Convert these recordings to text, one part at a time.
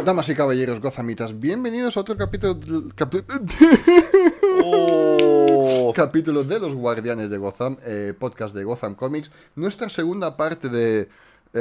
Damas y caballeros gozamitas, bienvenidos a otro capítulo Oh. capítulo de Los Guardianes de Gotham, podcast de Gotham Comics. Nuestra segunda parte de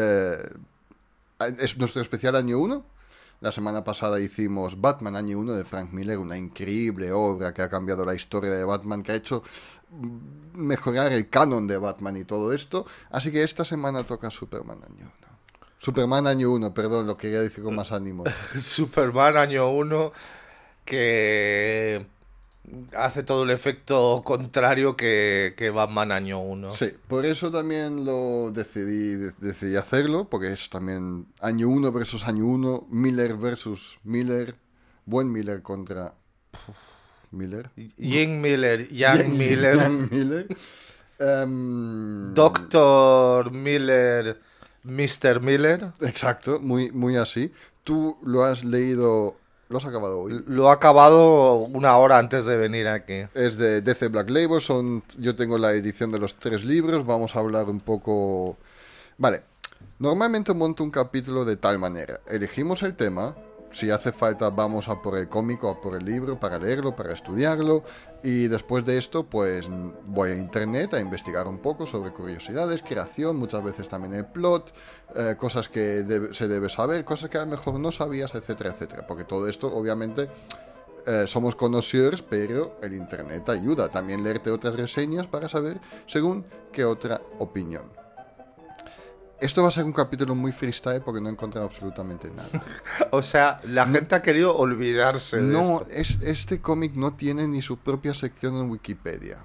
es nuestro especial año 1. La semana pasada hicimos Batman año 1 de Frank Miller, una increíble obra que ha cambiado la historia de Batman, que ha hecho mejorar el canon de Batman y todo esto. Así que esta semana toca Superman año 1. Superman año 1, perdón, lo quería decir con más ánimo. Superman año 1 que hace todo el efecto contrario que Batman año 1. Sí, por eso también lo decidí hacerlo, porque es también año 1 versus año 1, Miller versus Miller, buen Miller contra Miller. Young Miller, Young Miller, Young Miller. Doctor Miller, Mr. Miller. Exacto, muy así. Tú lo has leído, lo has acabado hoy. Lo ha acabado una hora antes de venir aquí. Es de DC Black Label, yo tengo la edición de los 3 libros, vamos a hablar un poco... Vale, normalmente monto un capítulo de tal manera, elegimos el tema, si hace falta vamos a por el cómic o a por el libro para leerlo, para estudiarlo, y después de esto pues voy a internet a investigar un poco sobre curiosidades, creación, muchas veces también el plot, cosas que se debe saber, cosas que a lo mejor no sabías, etcétera, etcétera, porque todo esto obviamente... somos conocedores, pero el internet ayuda. También leerte otras reseñas para saber según qué otra opinión. Esto va a ser un capítulo muy freestyle porque no he encontrado absolutamente nada. O sea, la gente ha querido olvidarse de No, esto. este cómic no tiene ni su propia sección en Wikipedia.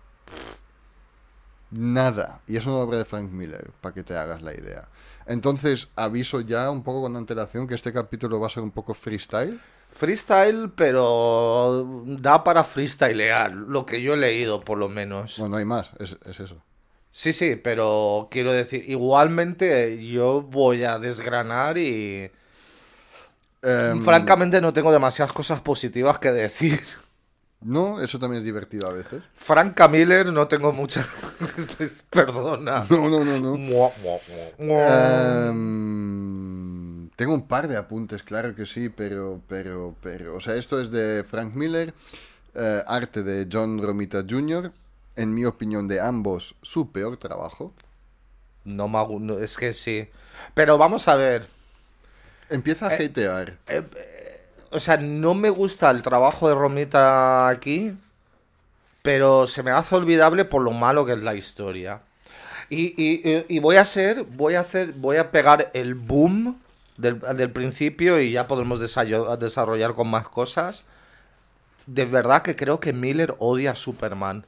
Nada. Y es una obra de Frank Miller, para que te hagas la idea. Entonces, aviso ya un poco con antelación que este capítulo va a ser un poco freestyle. Freestyle, pero da para freestylear, lo que yo he leído por lo menos. Bueno, no hay más, es eso. Sí, pero quiero decir, igualmente yo voy a desgranar y francamente no tengo demasiadas cosas positivas que decir. No, eso también es divertido a veces. Franca Miller no tengo muchas... Perdona. No. Mua, mua, mua. Tengo un par de apuntes, claro que sí, pero, o sea, esto es de Frank Miller, arte de John Romita Jr., en mi opinión de ambos, su peor trabajo. No, es que sí. Pero vamos a ver. Empieza a hatear. O sea, no me gusta el trabajo de Romita aquí, pero se me hace olvidable por lo malo que es la historia. Y voy a pegar el boom del principio y ya podemos desarrollar con más cosas. De verdad que creo que Miller odia a Superman.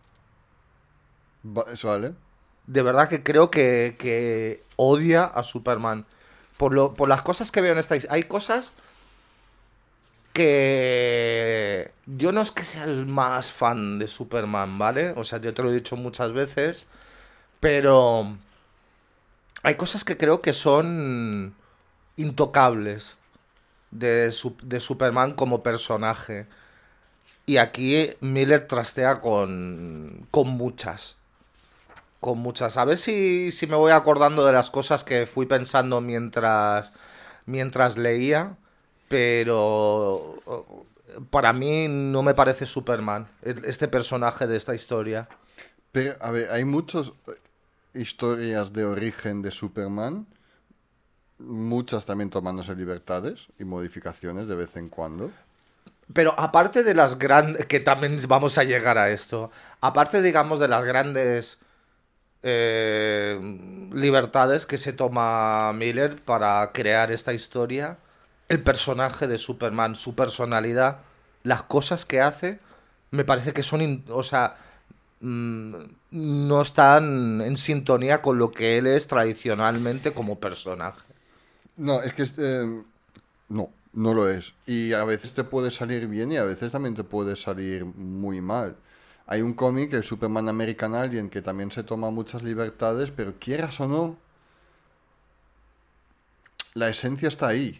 Eso vale. De verdad que creo que odia a Superman. Por las cosas que veo en esta historia. Hay cosas que yo no es que sea el más fan de Superman, ¿vale? O sea, yo te lo he dicho muchas veces, pero hay cosas que creo que son intocables de Superman como personaje. Y aquí Miller trastea con muchas. Con muchas. A ver si me voy acordando de las cosas que fui pensando mientras leía. Pero para mí no me parece Superman, este personaje de esta historia. Pero, a ver, hay muchas historias de origen de Superman, muchas también tomándose libertades y modificaciones de vez en cuando. Pero aparte de las grandes, que también vamos a llegar a esto, aparte digamos de las grandes libertades que se toma Miller para crear esta historia, el personaje de Superman, su personalidad, las cosas que hace, me parece que o sea, no están en sintonía con lo que él es tradicionalmente como personaje. No, es que no lo es. Y a veces te puede salir bien y a veces también te puede salir muy mal. Hay un cómic, el Superman American Alien, que también se toma muchas libertades, pero quieras o no, la esencia está ahí.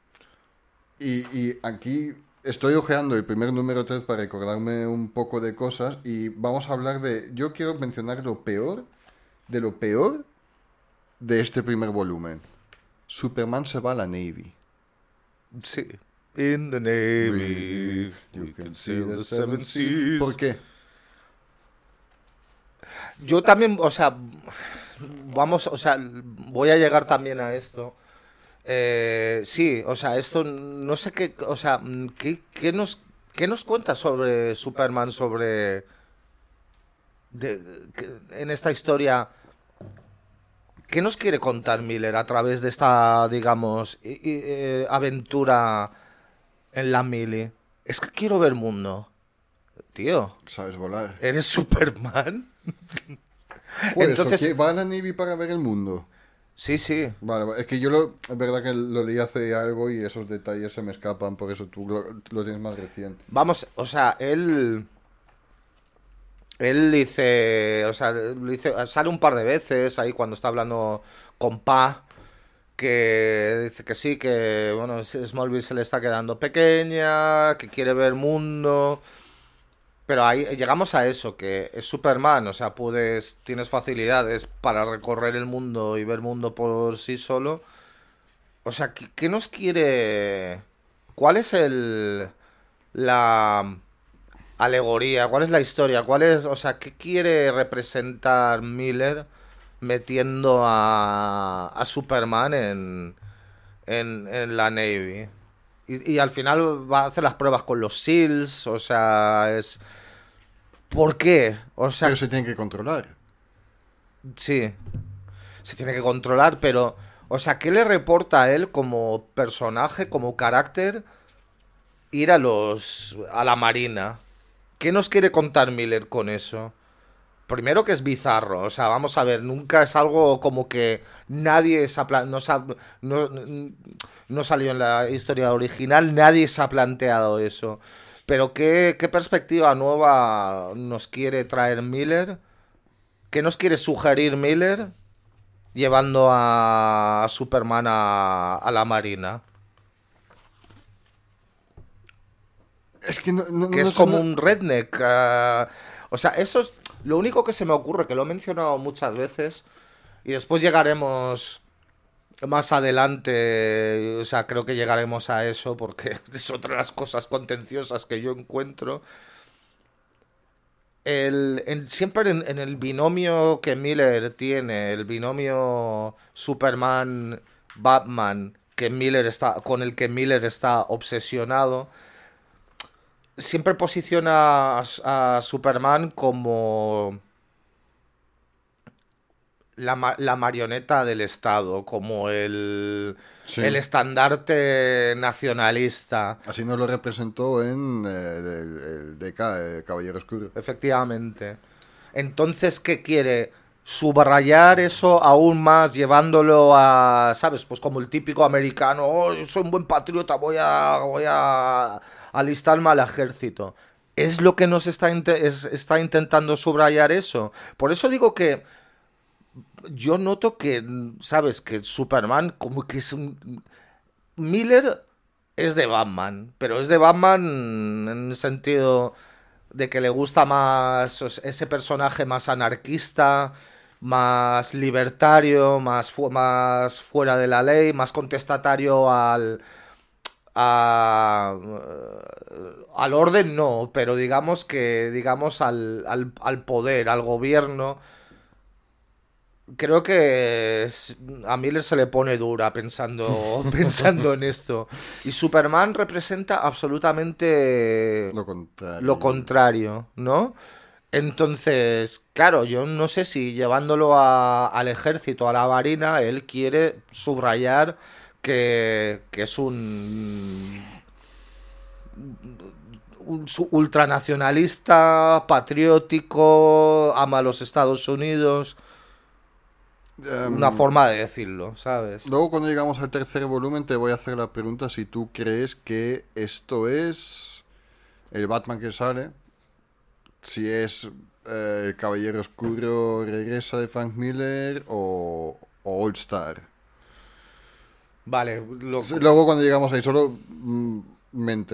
Y aquí estoy hojeando el primer número 3 para recordarme un poco de cosas y vamos a hablar de... Yo quiero mencionar lo peor de este primer volumen. Superman se va a la Navy. Sí. In the Navy, you can sail the seven seas. ¿Por qué? Yo también, o sea, voy a llegar también a esto. Sí, o sea, esto no sé qué, o sea, qué nos cuenta sobre Superman, en esta historia? ¿Qué nos quiere contar Miller a través de esta, digamos, aventura en la mili? Es que quiero ver mundo, tío. ¿Sabes volar? ¿Eres Superman? Pues eso, Entonces, ¿qué? ¿Va a la Navy para ver el mundo? sí, sí. Vale, es que es verdad que lo leí hace algo y esos detalles se me escapan, por eso tú lo tienes más recién. Vamos, o sea, él dice, o sea, sale un par de veces ahí cuando está hablando con Pa, que dice que sí, que bueno, Smallville se le está quedando pequeña, que quiere ver mundo. Pero ahí llegamos a eso, que es Superman, o sea, tienes facilidades para recorrer el mundo y ver mundo por sí solo. O sea, ¿qué nos quiere? ¿Cuál es la alegoría? ¿Cuál es la historia? O sea, qué quiere representar Miller metiendo a Superman en la Navy? Y al final va a hacer las pruebas con los SEALs, o sea, ¿por qué? O Pero sea, se tiene que controlar. sí, se tiene que controlar, pero, o sea, ¿qué le reporta a él como personaje, como carácter, ir a la Marina? ¿Qué nos quiere contar Miller con eso? Primero que es bizarro, o sea, vamos a ver, nunca es algo como que nadie no salió en la historia original, nadie se ha planteado eso. Pero ¿qué perspectiva nueva nos quiere traer Miller? ¿Qué nos quiere sugerir Miller llevando a Superman a la Marina? Es que Que es como un redneck. O sea, eso es lo único que se me ocurre, que lo he mencionado muchas veces, y después llegaremos más adelante, o sea, creo que llegaremos a eso, porque es otra de las cosas contenciosas que yo encuentro. Siempre en el binomio que Miller tiene, el binomio Superman-Batman, con el que Miller está obsesionado, siempre posiciona a Superman como la marioneta del Estado, como Sí, el estandarte nacionalista. así nos lo representó en el DK, el Caballero Oscuro. Efectivamente. Entonces, ¿qué quiere? Subrayar eso aún más, llevándolo a, ¿sabes? Pues como el típico americano, oh, yo soy un buen patriota, voy a alistarme al ejército. Es lo que nos está intentando subrayar eso. Por eso digo que yo noto que, ¿sabes? Que Superman como que es un... Miller es de Batman, pero es de Batman en el sentido de que le gusta más ese personaje más anarquista, más libertario, más fuera de la ley, más contestatario al orden no, pero digamos al poder, al gobierno. Creo que a Miller se le pone dura pensando en esto. Y Superman representa absolutamente Lo contrario. lo contrario, ¿no? Entonces, claro, yo no sé si llevándolo al ejército, a la marina, él quiere subrayar que es un ultranacionalista, patriótico, ama a los Estados Unidos. Una Em, forma de decirlo, ¿sabes? Luego, cuando llegamos al tercer volumen, te voy a hacer la pregunta si tú crees que esto es el Batman que sale, si es el Caballero Oscuro regresa de Frank Miller o All Star. Vale, Luego, cuando llegamos ahí, solo mente.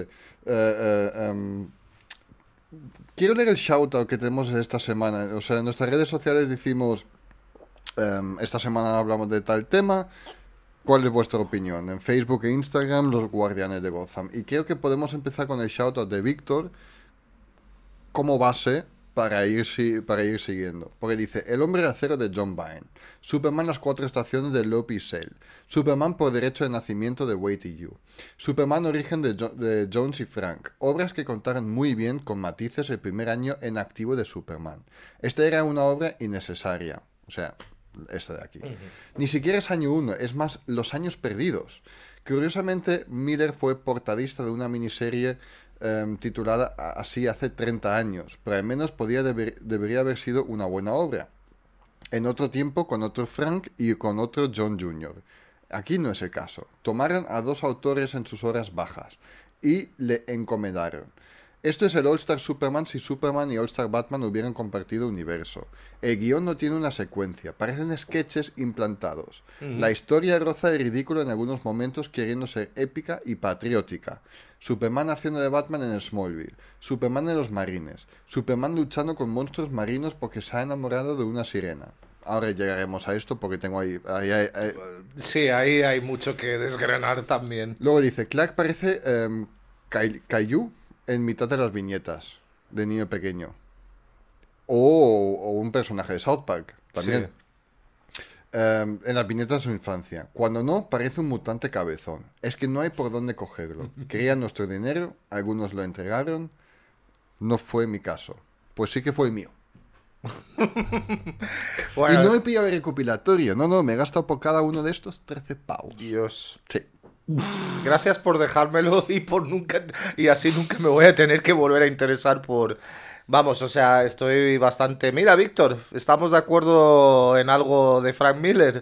Quiero leer el shoutout que tenemos esta semana. O sea, en nuestras redes sociales decimos, esta semana hablamos de tal tema. ¿Cuál es vuestra opinión? En Facebook e Instagram, los Guardianes de Gotham. Y creo que podemos empezar con el shoutout de Víctor como base para ir siguiendo. Porque dice, El Hombre de Acero de John Byrne, Superman Las Cuatro Estaciones de Loeb y Sale, Superman por Derecho de Nacimiento de Wade y Yu, Superman Origen de Jones y Frank, obras que contaron muy bien con matices el primer año en activo de Superman. Esta era una obra innecesaria, o sea, esta de aquí. Ni siquiera es año 1, es más, los años perdidos. Curiosamente, Miller fue portadista de una miniserie titulada así hace 30 años, pero al menos debería haber sido una buena obra. En otro tiempo, con otro Frank y con otro John Jr. Aquí no es el caso. Tomaron a dos autores en sus horas bajas y le encomendaron. Esto es el All-Star Superman si Superman y All-Star Batman hubieran compartido universo. El guión no tiene una secuencia, parecen sketches implantados. La historia roza el ridículo en algunos momentos queriendo ser épica y patriótica. Superman haciendo de Batman en Smallville, Superman en los Marines, Superman luchando con monstruos marinos porque se ha enamorado de una sirena. Ahora llegaremos a esto porque tengo ahí. Sí, ahí hay mucho que desgranar también. Luego dice, Clark parece Caillou en mitad de las viñetas de niño pequeño. O un personaje de South Park también. Sí. En las viñetas de su infancia. Cuando no, parece un mutante cabezón. Es que no hay por dónde cogerlo. Querían nuestro dinero, algunos lo entregaron. No fue mi caso. Pues sí que fue el mío. Bueno, y no he pillado el recopilatorio. No, me he gastado por cada uno de estos 13 pavos. Dios. Sí. Gracias por dejármelo y así nunca me voy a tener que volver a interesar por... Vamos, o sea, estoy bastante... Mira, Víctor, ¿estamos de acuerdo en algo de Frank Miller?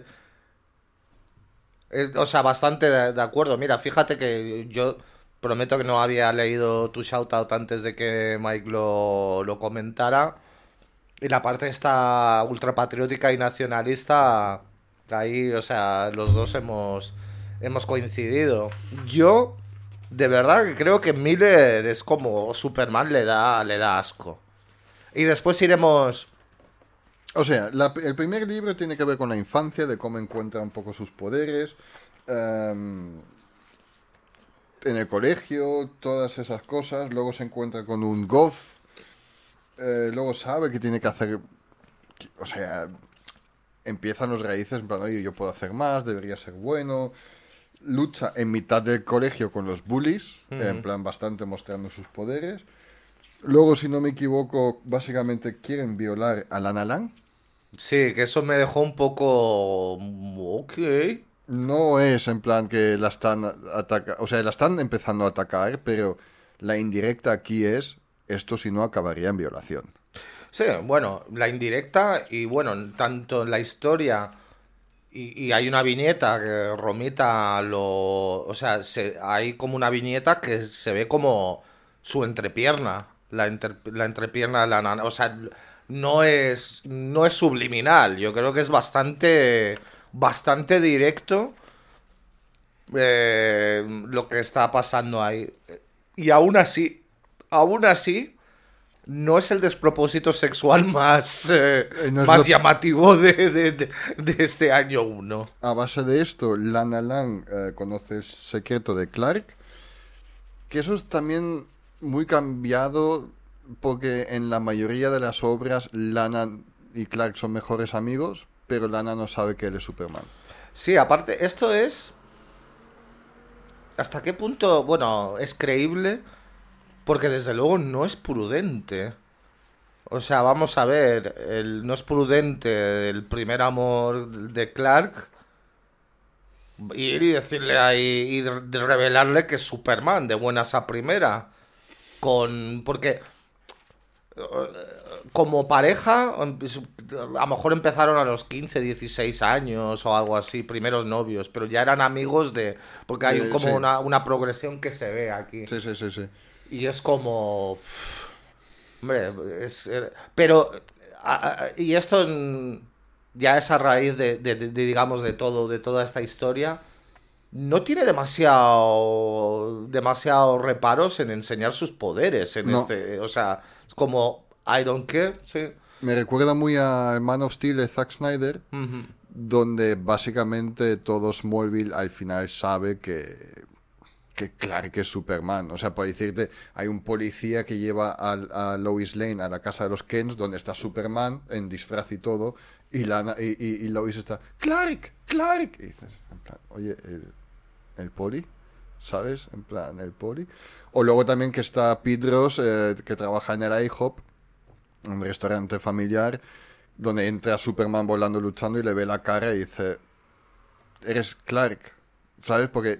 O sea, bastante de acuerdo. Mira, fíjate que yo prometo que no había leído tu shoutout antes de que Mike lo comentara. Y la parte esta ultrapatriótica y nacionalista, ahí, o sea, los dos hemos coincidido. Yo, de verdad, que creo que Miller es como Superman, le da asco. Y después iremos... O sea, el primer libro tiene que ver con la infancia, de cómo encuentra un poco sus poderes, en el colegio, todas esas cosas. Luego se encuentra con un goth. Luego sabe que tiene que hacer... O sea, empiezan los raíces, en plan, oye, yo puedo hacer más, debería ser bueno... Lucha en mitad del colegio con los bullies, en plan bastante mostrando sus poderes. Luego, si no me equivoco, básicamente quieren violar a Lana Lang. Sí, que eso me dejó un poco... Ok. No es en plan que la están atacando, o sea, la están empezando a atacar, pero la indirecta aquí es, esto si no acabaría en violación. Sí, bueno, la indirecta y bueno, tanto en la historia... Y hay una viñeta que Romita lo... O sea, hay como una viñeta que se ve como su entrepierna. La entrepierna de la nana. O sea, no es subliminal. Yo creo que es bastante directo lo que está pasando ahí. Y aún así... No es el despropósito sexual más llamativo de este año 1. A base de esto, Lana Lang conoce el secreto de Clark, que eso es también muy cambiado porque en la mayoría de las obras Lana y Clark son mejores amigos, pero Lana no sabe que él es Superman. Sí, aparte, esto es... ¿Hasta qué punto, bueno, es creíble? Porque desde luego no es prudente. O sea, vamos a ver, no es prudente el primer amor de Clark ir y decirle ahí y revelarle que es Superman de buenas a primera. Porque como pareja, a lo mejor empezaron a los 15, 16 años o algo así, primeros novios, pero ya eran amigos porque hay como sí. una progresión que se ve aquí. Sí. Y es como... Hombre, pero... Y esto ya es a raíz digamos, de toda esta historia. No tiene demasiado reparos en enseñar sus poderes en o sea, es como I don't care, sí. Me recuerda muy a Man of Steel de Zack Snyder, donde básicamente todo Smallville al final sabe que Clark es Superman. O sea, por decirte, hay un policía que lleva a Lois Lane a la casa de los Kents, donde está Superman, en disfraz y todo, y Lois está, ¡Clark! ¡Clark! Y dices, en plan, oye, el poli, ¿sabes? En plan, el poli. O luego también que está Pete Ross, que trabaja en el IHOP, un restaurante familiar, donde entra Superman volando, luchando, y le ve la cara y dice, eres Clark, ¿sabes? Porque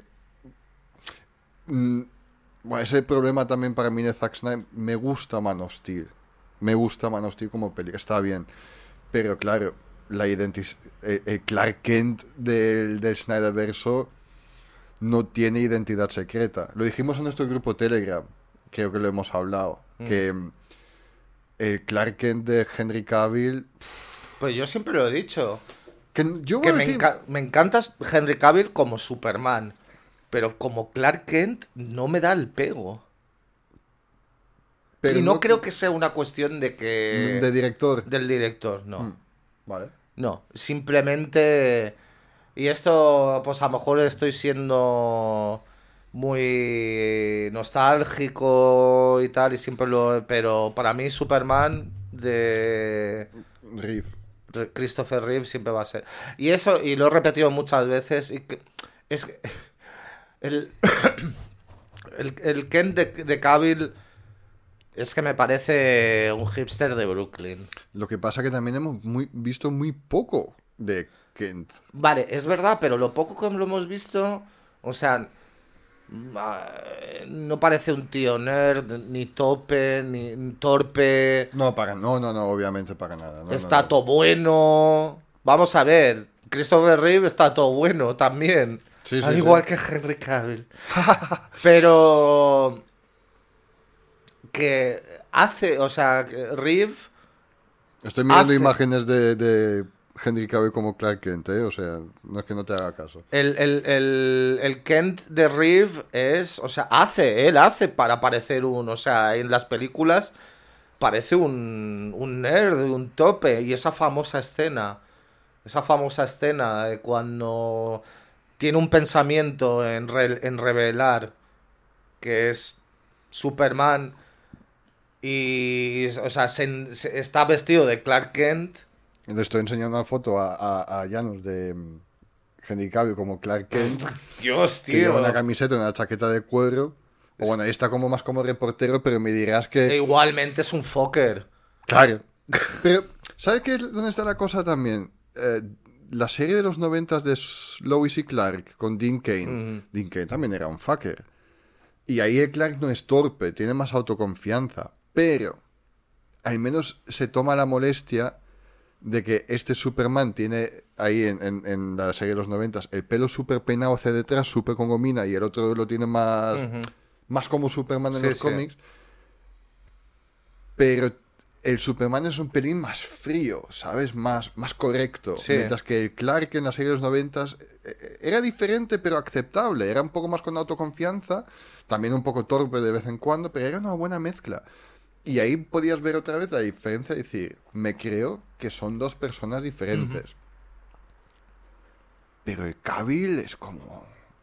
bueno, ese problema también para mí de Zack Snyder. Me gusta Man of Steel. Me gusta Man of Steel como película. Está bien. Pero claro, el Clark Kent del Snyderverso no tiene identidad secreta. Lo dijimos en nuestro grupo Telegram. Creo que lo hemos hablado. Que el Clark Kent de Henry Cavill... Pues yo siempre lo he dicho. Que yo Que voy a decir... me encanta Henry Cavill como Superman. Pero como Clark Kent no me da el pego. Pero y no creo que sea una cuestión de que... De director. Del director, no. Vale. No, simplemente... Y esto, pues a lo mejor estoy siendo muy nostálgico y tal, y siempre lo... Pero para mí Superman de Christopher Reeve siempre va a ser. Y eso, y lo he repetido muchas veces, y que, es que el Kent de Cavill es que me parece un hipster de Brooklyn. Lo que pasa que también hemos visto muy poco de Kent. Vale, es verdad, pero lo poco que lo hemos visto, o sea, no parece un tío nerd, ni tope, ni torpe. No, obviamente para nada. No, Está todo bueno. Vamos a ver, Christopher Reeve está todo bueno también. Sí, al igual que Henry Cavill. Pero que hace, o sea, Reeve... Estoy mirando imágenes de Henry Cavill como Clark Kent, ¿eh? O sea, no es que no te haga caso. El Kent de Reeve es, o sea, él hace para parecer o sea, en las películas parece un nerd, un tope, y esa famosa escena de cuando tiene un pensamiento en revelar que es Superman y, o sea, está vestido de Clark Kent. Le estoy enseñando una foto a Janus de Henry Cavill como Clark Kent. Dios, que tío. lleva una camiseta, una chaqueta de cuero. O bueno, ahí está como más como reportero, pero me dirás que... E igualmente es un fucker. Claro. Pero, ¿sabes dónde está la cosa también? La serie de los 90 de Lois y Clark con Dean Cain. Dean Cain también era un fucker. Y ahí el Clark no es torpe, tiene más autoconfianza. Pero, al menos se toma la molestia de que este Superman tiene ahí en la serie de los 90 el pelo súper peinado hacia detrás, súper con gomina, y el otro lo tiene más como Superman en los cómics. Pero el Superman es un pelín más frío, ¿sabes? Más correcto. Sí. Mientras que el Clark en la serie de los 90 era diferente, pero aceptable. Era un poco más con autoconfianza, también un poco torpe de vez en cuando, pero era una buena mezcla. Y ahí podías ver otra vez la diferencia y decir, me creo que son dos personas diferentes. Pero el Cavill es como...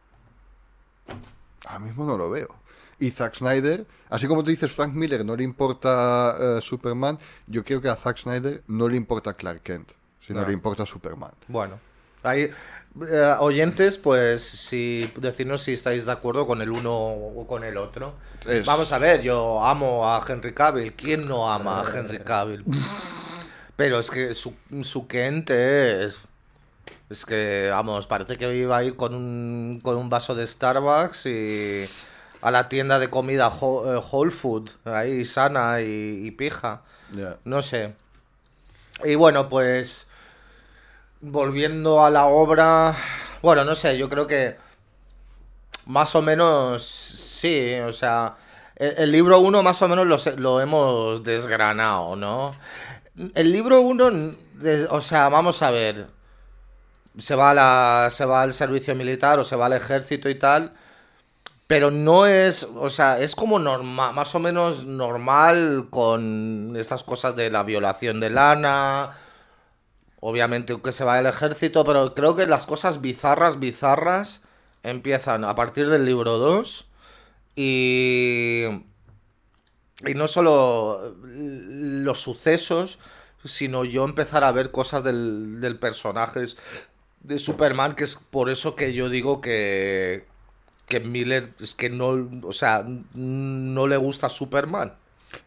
Ahora mismo no lo veo. Y Zack Snyder, así como tú dices, Frank Miller no le importa Superman, yo creo que a Zack Snyder no le importa Clark Kent, sino le importa Superman. Bueno, hay oyentes, pues decirnos si estáis de acuerdo con el uno o con el otro. Vamos a ver, yo amo a Henry Cavill. ¿Quién no ama a Henry Cavill? Pero es que su Kent es que, vamos, parece que iba a ir con un vaso de Starbucks y a la tienda de comida Whole Food, ahí sana y pija. Yeah. No sé. Y bueno, pues volviendo a la obra, bueno, no sé, yo creo que más o menos sí, o sea, el libro 1 más o menos lo hemos desgranado, ¿no? El libro 1, o sea, vamos a ver, se va al servicio militar o se va al ejército y tal, pero no es, o sea, es como normal, más o menos normal con estas cosas de la violación de Lana. obviamente que se va el ejército, pero creo que las cosas bizarras empiezan a partir del libro 2 y, y no solo los sucesos, sino yo empezar a ver cosas del personaje de Superman, que es por eso que yo digo que Miller es que no, o sea, no le gusta Superman.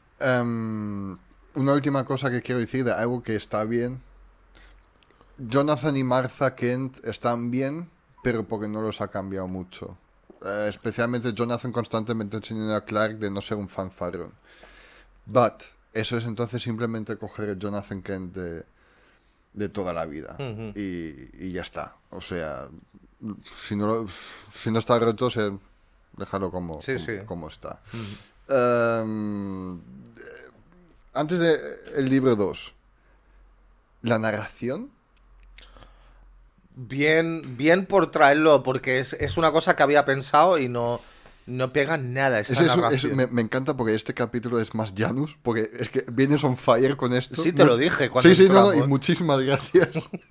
Una última cosa que quiero decir de algo que está bien. Jonathan y Martha Kent están bien, pero porque no los ha cambiado mucho. Especialmente Jonathan constantemente enseñando a Clark de no ser un fanfarrón. But eso es entonces simplemente coger el Jonathan Kent de toda la vida. Ujú. Y ya está. O sea, si si no está roto, déjalo Sí, sí. como está. Ujú. Em, Antes de el libro 2, la narración. Bien por traerlo, porque es una cosa que había pensado y no pega nada esta narración. Me encanta porque este capítulo es más Janus, porque es que vienes on fire con esto. Sí, te lo dije cuando Sí, no, y entramos. muchísimas gracias.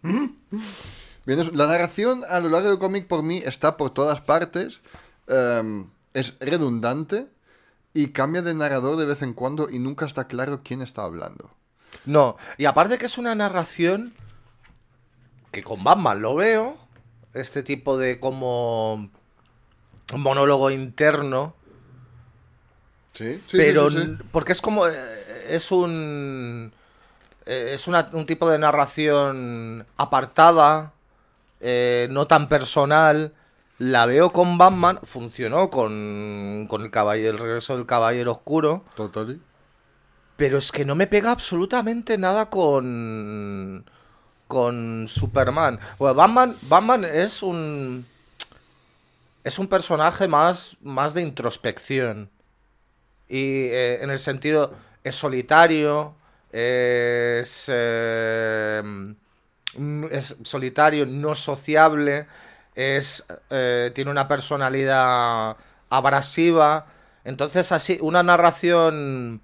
La narración a lo largo del cómic por mí está por todas partes, es redundante y cambia de narrador de vez en cuando y nunca está claro quién está hablando. No, y aparte que es una narración que con Batman lo veo, este tipo de como monólogo interno, Sí, pero sí. porque es como es un tipo de narración apartada, no tan personal. La veo con Batman, funcionó con el caballero, el regreso del Caballero Oscuro, Totally. pero es que no me pega absolutamente nada con Superman. Bueno, Batman es un personaje más de introspección. Y en el sentido, es solitario, es solitario, no sociable, tiene una personalidad abrasiva. Entonces, así, una narración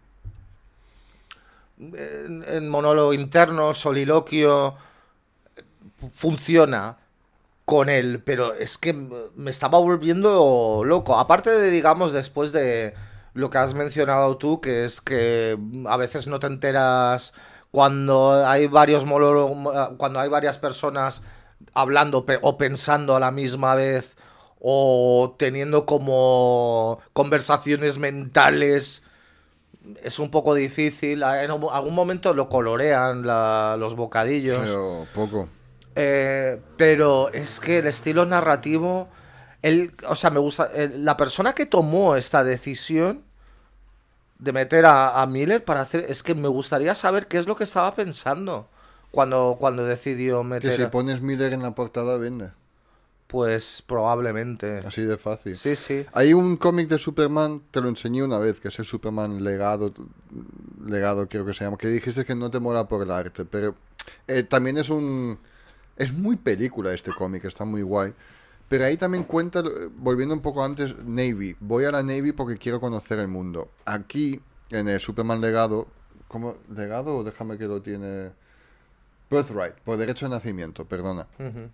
en monólogo interno, soliloquio, funciona con él, pero es que me estaba volviendo loco. Aparte de, digamos, después de lo que has mencionado tú, que es que a veces no te enteras cuando hay cuando hay varias personas hablando o pensando a la misma vez o teniendo como conversaciones mentales. Es un poco difícil. En algún momento lo colorean los bocadillos. Pero poco. Pero es que el estilo narrativo, o sea, me gusta. La persona que tomó esta decisión de meter a Miller para hacer, es que me gustaría saber qué es lo que estaba pensando cuando decidió Que si meter. pones Miller en la portada, vende. Pues probablemente. Así de fácil. Sí, sí. Hay un cómic de Superman, te lo enseñé una vez, que es el Superman legado creo que se llama, que dijiste que no te mola por el arte, pero también es muy película este cómic, está muy guay. Pero ahí también cuenta, volviendo un poco antes, Navy. Voy a la Navy porque quiero conocer el mundo. Aquí, en el Superman legado, ¿cómo? ¿Legado o déjame que lo tiene? Birthright, por derecho de nacimiento, perdona. Ujú.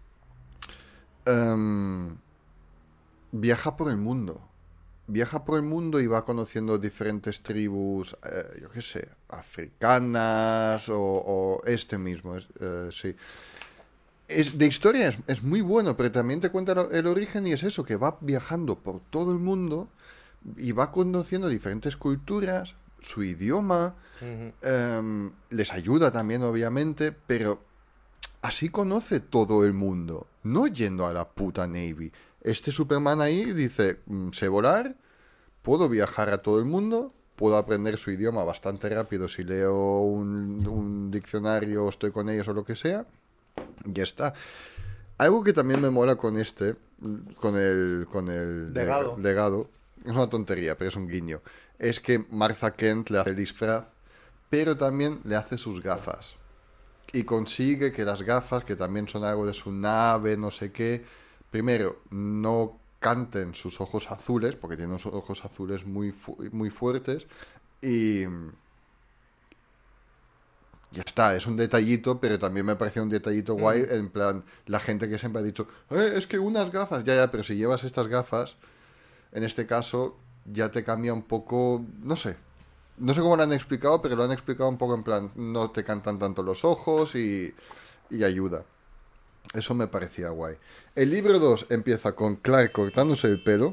Em, Viaja por el mundo. Viaja por el mundo y va conociendo diferentes tribus, yo qué sé, africanas o este mismo, sí. De historia es muy bueno, pero también te cuenta el origen y es eso, que va viajando por todo el mundo y va conociendo diferentes culturas, su idioma, Ujú. les ayuda también obviamente, pero así conoce todo el mundo, no yendo a la puta Navy. Este Superman ahí dice, sé volar, puedo viajar a todo el mundo, puedo aprender su idioma bastante rápido si leo un diccionario o estoy con ellos o lo que sea, ya está. Algo que también me mola con con el Legado. legado, es una tontería, pero es un guiño, es que Martha Kent le hace el disfraz, pero también le hace sus gafas. Y consigue que las gafas, que también son algo de su nave, no sé qué, primero, no canten sus ojos azules, porque tiene unos ojos azules muy fuertes, y Ya está, es un detallito, pero también me pareció un detallito guay, Mm. en plan, la gente que siempre ha dicho, es que unas gafas, ya, pero si llevas estas gafas, en este caso, ya te cambia un poco, no sé. No sé cómo lo han explicado, pero lo han explicado un poco en plan, no te cantan tanto los ojos y ayuda. Eso me parecía guay. El libro 2 empieza con Clark cortándose el pelo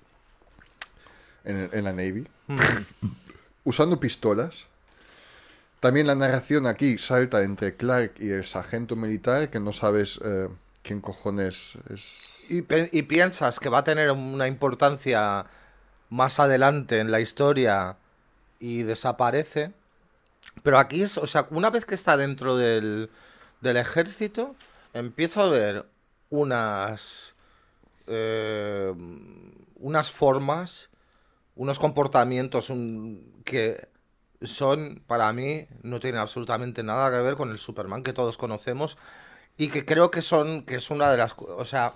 en la Navy, Mm. usando pistolas. También la narración aquí salta entre Clark y el sargento militar, que no sabes quién cojones es. Y piensas que va a tener una importancia más adelante en la historia y desaparece. Pero aquí es, o sea, una vez que está dentro del ejército, empiezo a ver unas, eh, unas formas, unos comportamientos que son, para mí, no tienen absolutamente nada que ver con el Superman que todos conocemos y que creo que es una de las, o sea,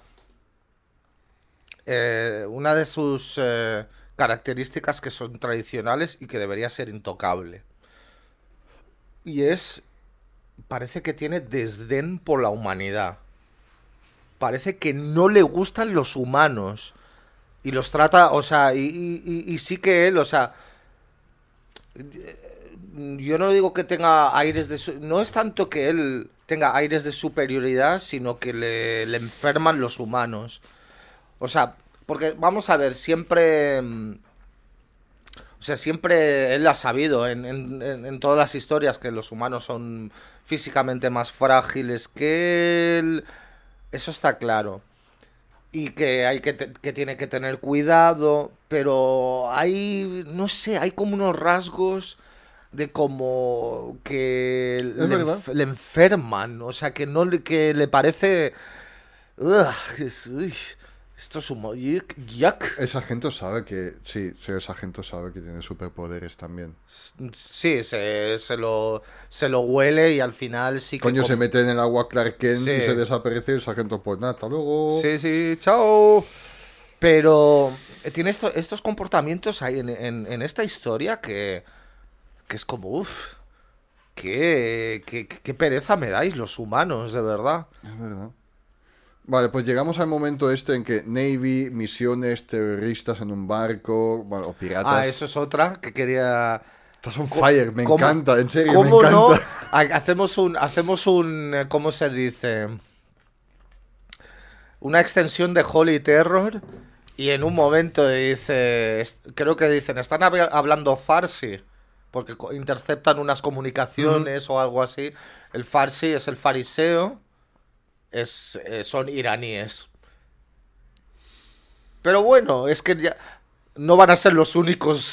una de sus características que son tradicionales y que debería ser intocable. Y es, parece que tiene desdén por la humanidad. Parece que no le gustan los humanos. Y los trata, o sea, y sí que él, o sea, yo no digo que tenga aires de... No es tanto que él tenga aires de superioridad, sino que le enferman los humanos. O sea, porque vamos a ver, siempre... O sea, siempre él ha sabido en todas las historias que los humanos son físicamente más frágiles que él. Eso está claro. Y que que tiene que tener cuidado. Pero hay, no sé, hay como unos rasgos de como que Es verdad. le enferman. O sea, que no que le parece. Ugh, uy, esto es un yuck. El sargento sabe que. Sí, sí, el sargento sabe que tiene superpoderes también. Sí, se lo huele y al final sí que... Coño, se mete en el agua Clark Kent y se Sí, desaparece y el sargento, pues nada, hasta luego. sí, sí, chao. Pero tiene estos comportamientos ahí en esta historia que es como, uff, qué pereza me dais los humanos, de verdad. Es verdad. Vale, pues llegamos al momento este en que Navy, misiones, terroristas en un barco, bueno, o Ah, piratas. eso es otra que quería... Estás on Co- fire, me ¿Cómo, encanta, en serio, me cómo no? encanta. Hacemos un, ¿cómo se dice? Una extensión de Holy Terror y en un momento dice, creo que dicen, están hablando farsi, porque interceptan unas Ujú. comunicaciones o algo así. El farsi es el fariseo, son iraníes. Pero bueno, es que ya no van a ser los únicos...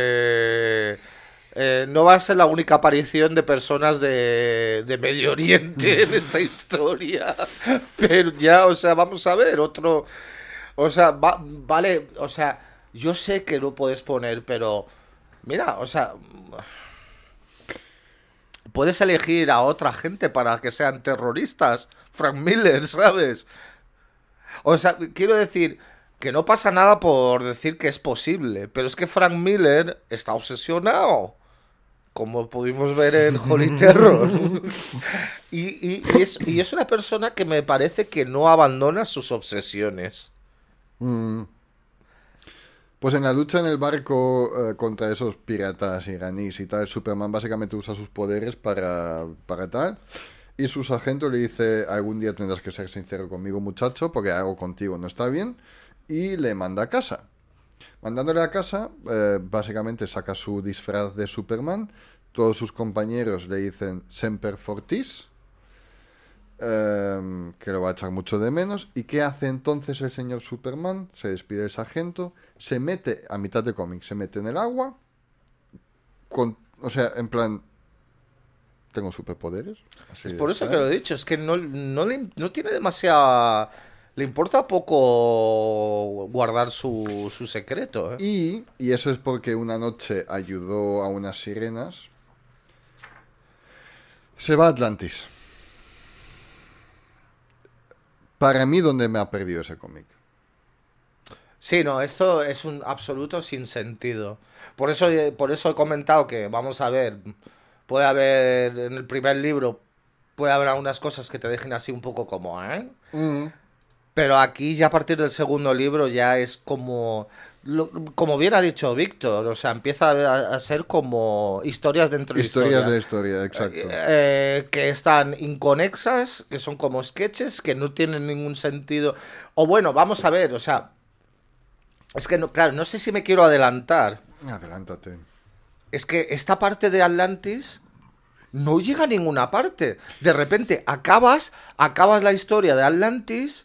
no va a ser la única aparición de personas de Medio Oriente en esta historia. Pero ya, o sea, vamos a ver, otro... O sea, vale, o sea, yo sé que lo puedes poner, pero... Mira, o sea, puedes elegir a otra gente para que sean terroristas. Frank Miller, ¿sabes? O sea, quiero decir que no pasa nada por decir que es posible, pero es que Frank Miller está obsesionado, como pudimos ver en Holy Terror. Y es una persona que me parece que no abandona sus obsesiones. Mm. Pues en la lucha en el barco contra esos piratas iraníes y tal, Superman básicamente usa sus poderes para tal. Y su sargento le dice, algún día tendrás que ser sincero conmigo, muchacho, porque algo contigo no está bien. Y le manda a casa. Mandándole a casa, básicamente saca su disfraz de Superman. Todos sus compañeros le dicen Semper Fortis, que lo va a echar mucho de menos. ¿Y qué hace entonces el señor Superman? Se despide del sargento, se mete, a mitad de cómic, se mete en el agua, o sea, en plan, tengo superpoderes, así Es de por eso que lo tal. he dicho, es que no tiene demasiada... Le importa poco guardar su secreto, ¿eh? Y eso es porque una noche ayudó a unas sirenas. Se va a Atlantis. Para mí, donde me ha perdido ese cómic. Sí, no, esto es un absoluto sinsentido. Por eso he comentado que, vamos a ver, puede haber, en el primer libro, puede haber algunas cosas que te dejen así un poco como, ¿eh? Mm. Pero aquí ya a partir del segundo libro ya es como, como bien ha dicho Víctor, o sea, empieza a ser como historias dentro de Historias de historia. la historia, exacto. Que están inconexas, que son como sketches, que no tienen ningún sentido. O bueno, vamos a ver, o sea, es que no, claro, no sé si me quiero adelantar. Adelántate. Es que esta parte de Atlantis no llega a ninguna parte. De repente acabas la historia de Atlantis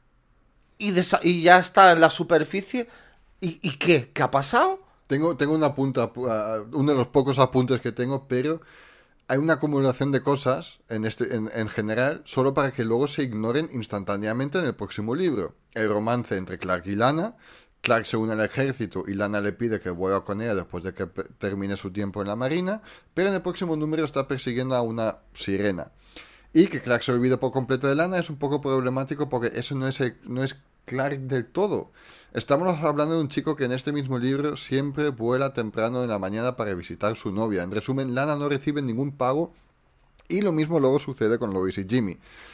y ya está en la superficie. ¿Y qué? ¿Qué ha pasado? Tengo una uno de los pocos apuntes que tengo, pero hay una acumulación de cosas en general solo para que luego se ignoren instantáneamente en el próximo libro. El romance entre Clark y Lana. Clark se une al ejército y Lana le pide que vuelva con ella después de que termine su tiempo en la marina, pero en el próximo número está persiguiendo a una sirena. Y que Clark se olvide por completo de Lana es un poco problemático porque eso no es Clark del todo. Estamos hablando de un chico que en este mismo libro siempre vuela temprano en la mañana para visitar a su novia. En resumen, Lana no recibe ningún pago y lo mismo luego sucede con Lois y Jimmy.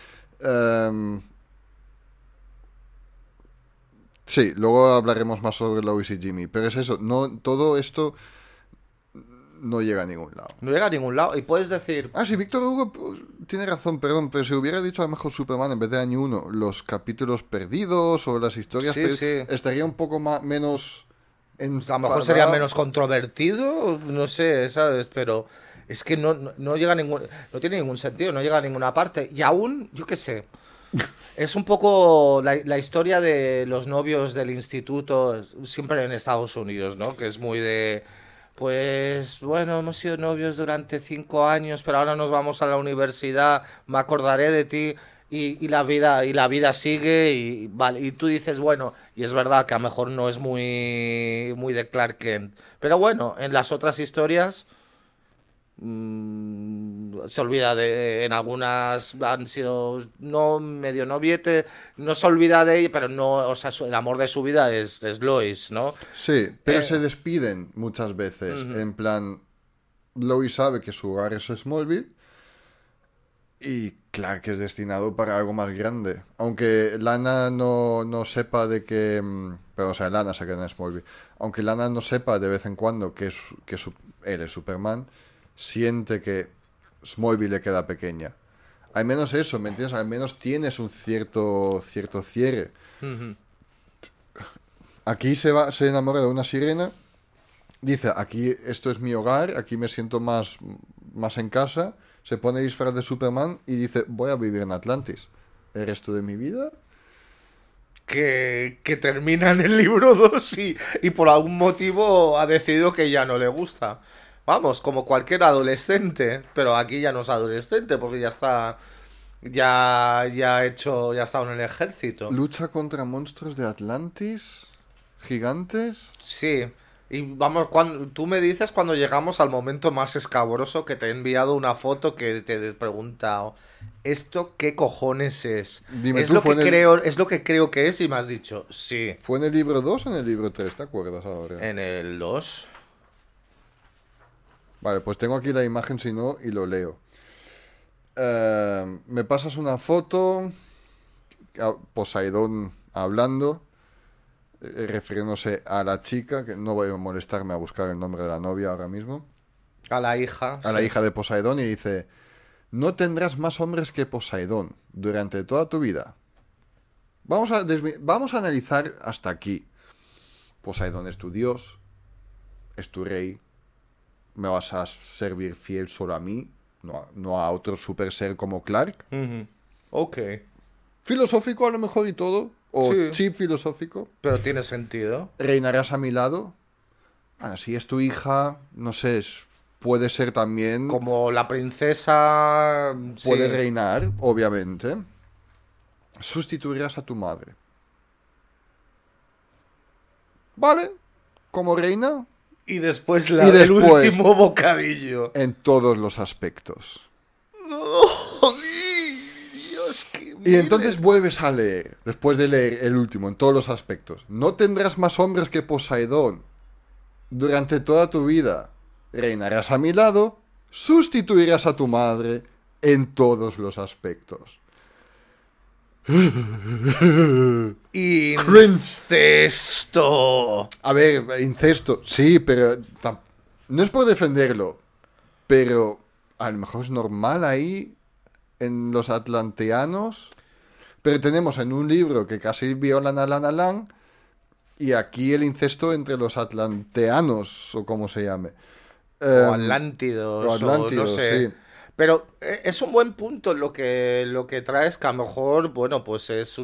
Sí, luego hablaremos más sobre Lois y Jimmy, pero es eso, no, todo esto no llega a ningún lado. No llega a ningún lado. Y puedes decir, Ah, sí, Víctor Hugo tiene razón, perdón, pero si hubiera dicho a lo mejor Superman en vez de año 1, los capítulos perdidos o las historias sí, sí. estaría un poco menos A lo mejor sería enfadado. menos controvertido, no sé, ¿sabes? Pero es que no llega a ningún, no tiene ningún sentido, no llega a ninguna parte. Y aún, yo qué sé, es un poco la historia de los novios del instituto, siempre en Estados Unidos, ¿no? Que es muy de, pues, bueno, hemos sido novios durante 5 años, pero ahora nos vamos a la universidad, me acordaré de ti. Y la vida sigue y vale, y tú dices, bueno, y es verdad que a lo mejor no es muy de Clark Kent, pero bueno, en las otras historias se olvida en algunas han sido no medio noviete, no se olvida de ella, pero no, o sea, el amor de su vida es Lois, ¿no? Sí, pero Eh, se despiden muchas veces, ujú. en plan, Lois sabe que su hogar es Smallville y Clark es destinado para algo más grande. Aunque Lana no sepa de que... Pero, o sea, Lana se queda en Smallville. Aunque Lana no sepa de vez en cuando que él es Superman, siente que Smallville le queda pequeña. Al menos eso, ¿me entiendes? Al menos tienes un cierto cierre. Ujú. Aquí se enamora de una sirena. Dice, aquí esto es mi hogar, aquí me siento más en casa. Se pone disfraz de Superman y dice, voy a vivir en Atlantis. ¿El resto de mi vida? Que termina en el libro 2 y por algún motivo ha decidido que ya no le gusta. Vamos, como cualquier adolescente, pero aquí ya no es adolescente porque ya está, ya ha hecho, ya ha estado en el ejército. Lucha contra monstruos de Atlantis, gigantes. Sí, y vamos, cuando, tú me dices cuando llegamos al momento más escabroso que te he enviado una foto que te he preguntado, ¿esto qué cojones es? Dime tú, Es lo que creo que es y me has dicho, sí, ¿fue en el libro 2 o en el libro 3? ¿Te acuerdas ahora? en el 2. Vale, pues tengo aquí la imagen si no y lo leo. Me pasas una foto, Poseidón hablando, refiriéndose a la chica, que no voy a molestarme a buscar el nombre de la novia ahora mismo, A la hija, a la sí. hija de Poseidón y dice, no tendrás más hombres que Poseidón durante toda tu vida. Vamos a analizar hasta aquí. Poseidón es tu dios, es tu rey, me vas a servir fiel solo a mí, no a otro super ser como Clark. Ujú. Ok, Filosófico a lo mejor y todo, o sí, chip filosófico. pero tiene sentido. Reinarás a mi lado. Si es tu hija, no sé, puede ser también, Como la princesa, puede sí. reinar, obviamente. Sustituirás a tu madre. Vale, como reina, Y después y el después, último bocadillo. en todos los aspectos. Dios, qué Y entonces miles. vuelves a leer, después de leer el último, en todos los aspectos. No tendrás más hombres que Poseidón durante toda tu vida. Reinarás a mi lado, sustituirás a tu madre en todos los aspectos. Incesto. A ver, incesto, sí, pero no es por defenderlo, pero a lo mejor es normal ahí en los atlanteanos, pero tenemos en un libro que casi violan a Lana Lang y aquí el incesto entre los atlanteanos, o como se llame. O Atlántidos, o no sé. Sí. Pero es un buen punto lo que traes, que a lo mejor, bueno, pues es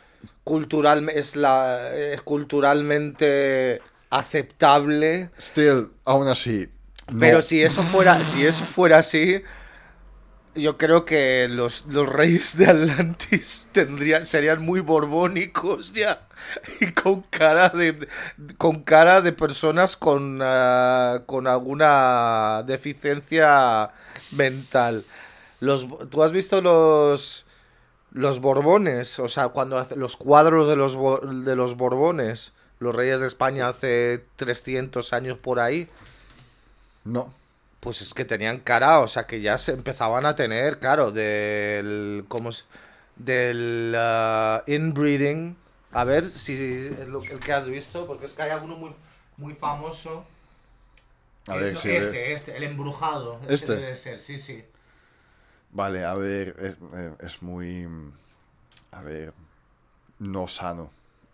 es culturalmente aceptable. Still, aún así, no. Pero si eso fuera así, yo creo que los reyes de Atlantis serían muy borbónicos ya. Y con cara de personas con alguna deficiencia mental. ¿Tú has visto los Borbones? O sea, los cuadros de los Borbones, los reyes de España hace 300 años por ahí. No. Pues es que tenían cara, o sea, que ya se empezaban a tener, claro, del inbreeding. A ver si es el que has visto, porque es que hay alguno muy, muy famoso. A ver, sí. El embrujado. Este debe ser, sí. Vale, a ver, es muy... A ver, no sano.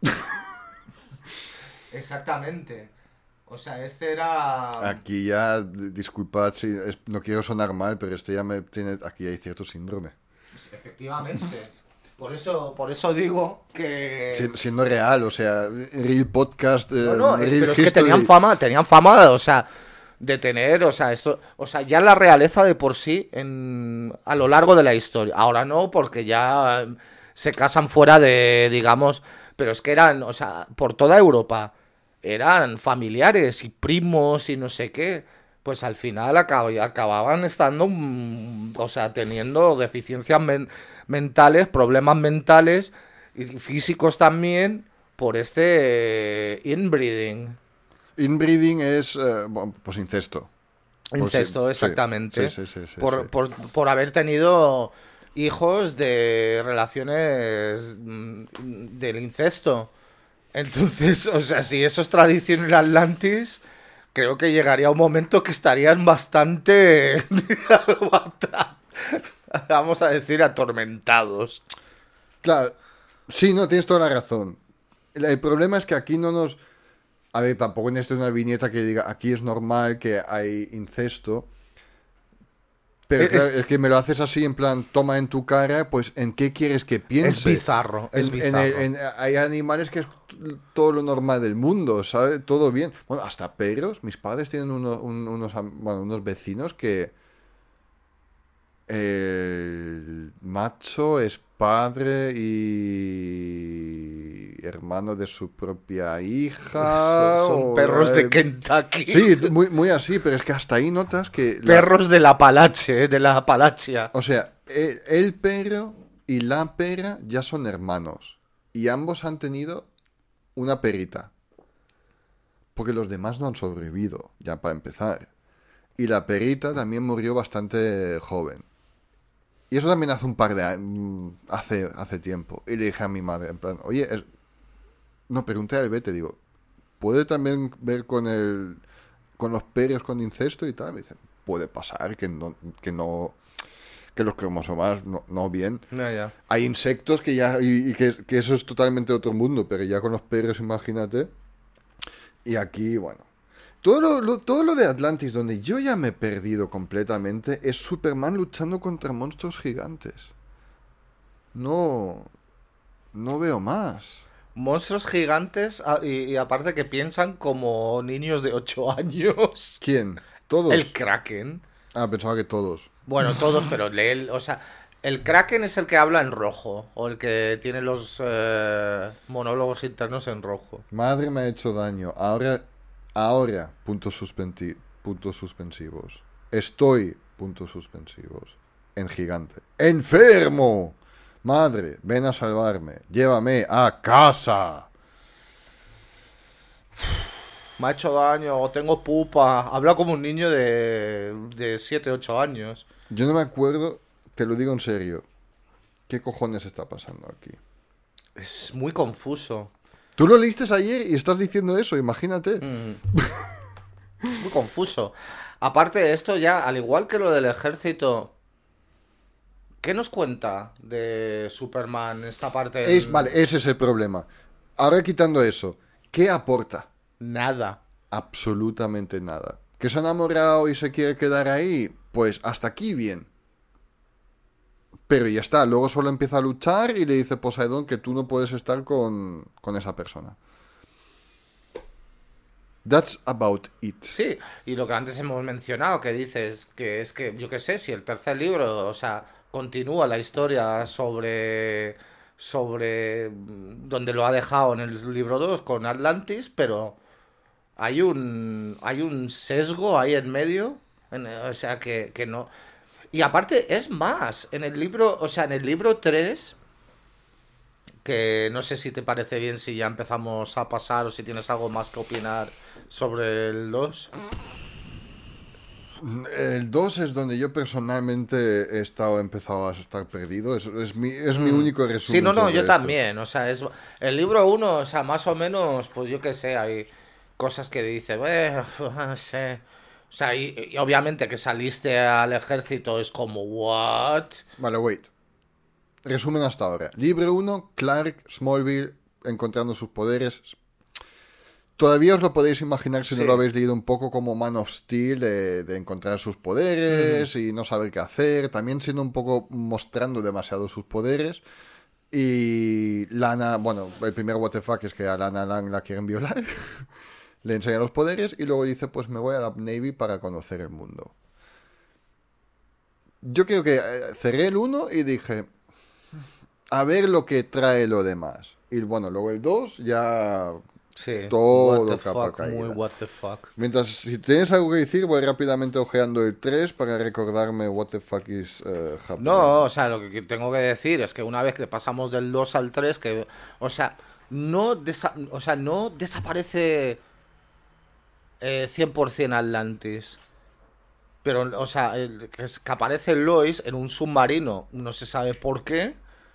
Exactamente. O sea, este era... Aquí ya, disculpad si no quiero sonar mal, pero este ya aquí hay cierto síndrome. Pues efectivamente. Por eso digo que... Siendo real, o sea, Real Podcast... pero es que History. tenían fama, o sea, de tener, o sea, esto, o sea, ya la realeza de por sí a lo largo de la historia. Ahora no, porque ya se casan fuera de, digamos, pero es que eran, o sea, por toda Europa eran familiares y primos y no sé qué. Pues al final acababan estando, o sea, teniendo deficiencias mentales, problemas mentales y físicos también por este inbreeding. Inbreeding es, pues incesto. Incesto, exactamente. Sí. Por haber tenido hijos de relaciones del incesto. Entonces, o sea, si eso es tradición en Atlantis, creo que llegaría un momento que estarían bastante, vamos a decir, atormentados. Claro, sí, no, tienes toda la razón. El problema es que aquí no nos... A ver, tampoco en esto es una viñeta que diga aquí es normal que hay incesto. Pero claro, es que me lo haces así en plan, toma en tu cara, pues ¿en qué quieres que piense? Es bizarro, es bizarro. Hay animales que es todo lo normal del mundo, ¿sabes? Todo bien. Bueno, hasta perros. Mis padres tienen unos vecinos que el macho es padre y hermano de su propia hija. Son perros de Kentucky. Sí, muy así, pero es que hasta ahí notas que... Perros de la Apalache, de la Apalachia. O sea, el perro y la perra ya son hermanos. Y ambos han tenido una perrita. Porque los demás no han sobrevivido, ya para empezar. Y la perrita también murió bastante joven. Y eso también hace un par de años, hace tiempo. Y le dije a mi madre, en plan, oye, no, pregunté al vete, digo, ¿puede también ver con los perros con incesto y tal? Me dicen, puede pasar, que los cromosomas no bien. Ya. Hay insectos que ya, y que eso es totalmente otro mundo, pero ya con los perros, imagínate. Y aquí, bueno. Todo lo de Atlantis, donde yo ya me he perdido completamente, es Superman luchando contra monstruos gigantes. No veo más. Monstruos gigantes y aparte que piensan como niños de 8 años. ¿Quién? ¿Todos? El Kraken. Ah, pensaba que todos. Bueno, todos, pero o sea, el Kraken es el que habla en rojo, o el que tiene los monólogos internos en rojo. Madre me ha hecho daño. Ahora, puntos suspensivos. Estoy, puntos suspensivos. En gigante. ¡Enfermo! Madre, ven a salvarme. Llévame a casa. me ha hecho daño, o tengo pupa. Habla como un niño de 7, 8 años. Yo no me acuerdo, te lo digo en serio. ¿Qué cojones está pasando aquí? Es muy confuso. Tú lo leíste ayer y estás diciendo eso, imagínate. Muy confuso. Aparte de esto, ya, al igual que lo del ejército, ¿qué nos cuenta de Superman esta parte? Vale, ese es el problema. Ahora quitando eso, ¿qué aporta? Nada. Absolutamente nada. ¿Que se ha enamorado y se quiere quedar ahí? Pues hasta aquí bien. Pero ya está, luego solo empieza a luchar y le dice Poseidón que tú no puedes estar con esa persona. That's about it. Sí, y lo que antes hemos mencionado, que dices que es que, yo qué sé, si el tercer libro, o sea, continúa la historia sobre donde lo ha dejado en el libro 2 con Atlantis, pero hay un sesgo ahí en medio, o sea, que no... Y aparte, es más, en el libro, o sea, en el libro 3 que no sé si te parece bien si ya empezamos a pasar o si tienes algo más que opinar sobre el 2. El 2 es donde yo personalmente empezado a estar perdido. Es mi único resumen. Sí, no, sobre yo esto. también. O sea, es el libro 1, o sea, más o menos, pues yo qué sé, hay cosas que dices, no sé. O sea, y obviamente que saliste al ejército es como, ¿what? Vale, wait. Resumen hasta ahora. Libro 1, Clark, Smallville, encontrando sus poderes. Todavía os lo podéis imaginar si no Sí. lo habéis leído un poco como Man of Steel, de encontrar sus poderes y no saber qué hacer. También siendo un poco mostrando demasiado sus poderes. Y Lana, bueno, el primer what the fuck es que a Lana Lang la quieren violar. Le enseña los poderes y luego dice, pues me voy a la Navy para conocer el mundo. Yo creo que cerré el 1 y dije, a ver lo que trae lo demás. Y bueno, luego el 2 ya Sí. todo What the capa fuck, caída. muy what the fuck. Mientras, si tienes algo que decir, voy rápidamente ojeando el 3 para recordarme what the fuck is happening. No, o sea, lo que tengo que decir es que una vez que pasamos del 2 al 3, que, o sea, no desaparece 100% Atlantis. Pero, o sea, que aparece Lois en un submarino, no se sabe por qué,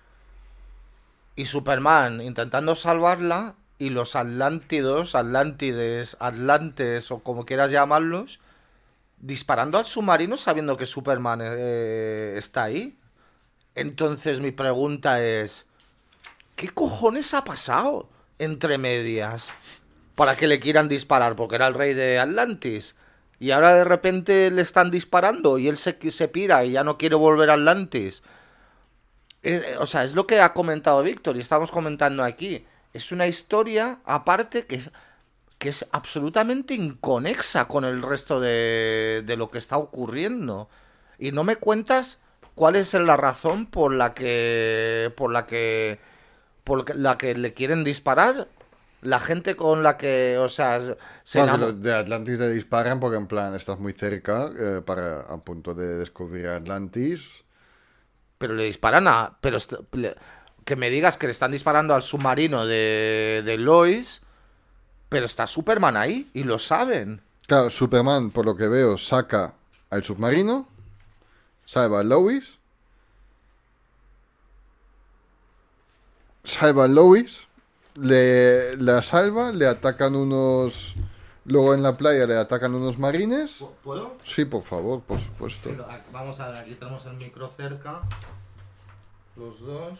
y Superman intentando salvarla, y los Atlantes, o como quieras llamarlos, disparando al submarino sabiendo que Superman está ahí. Entonces mi pregunta es, ¿qué cojones ha pasado entre medias para que le quieran disparar? Porque era el rey de Atlantis. Y ahora de repente le están disparando y él se pira y ya no quiere volver a Atlantis. O sea, es lo que ha comentado Víctor y estamos comentando aquí. Es una historia aparte que es absolutamente inconexa con el resto de lo que está ocurriendo. Y no me cuentas cuál es la razón por la que le quieren disparar. La gente con la que, o sea, Bueno, que los de Atlantis le disparan porque en plan estás muy cerca a punto de descubrir Atlantis. pero le disparan que me digas que le están disparando al submarino de Lois, pero está Superman ahí y lo saben. Claro, Superman, por lo que veo, saca al submarino, salva a Lois, la salva, le atacan unos... Luego en la playa le atacan unos marines. ¿Puedo? Sí, por favor, por supuesto. Vamos a ver, aquí tenemos el micro cerca. Los dos.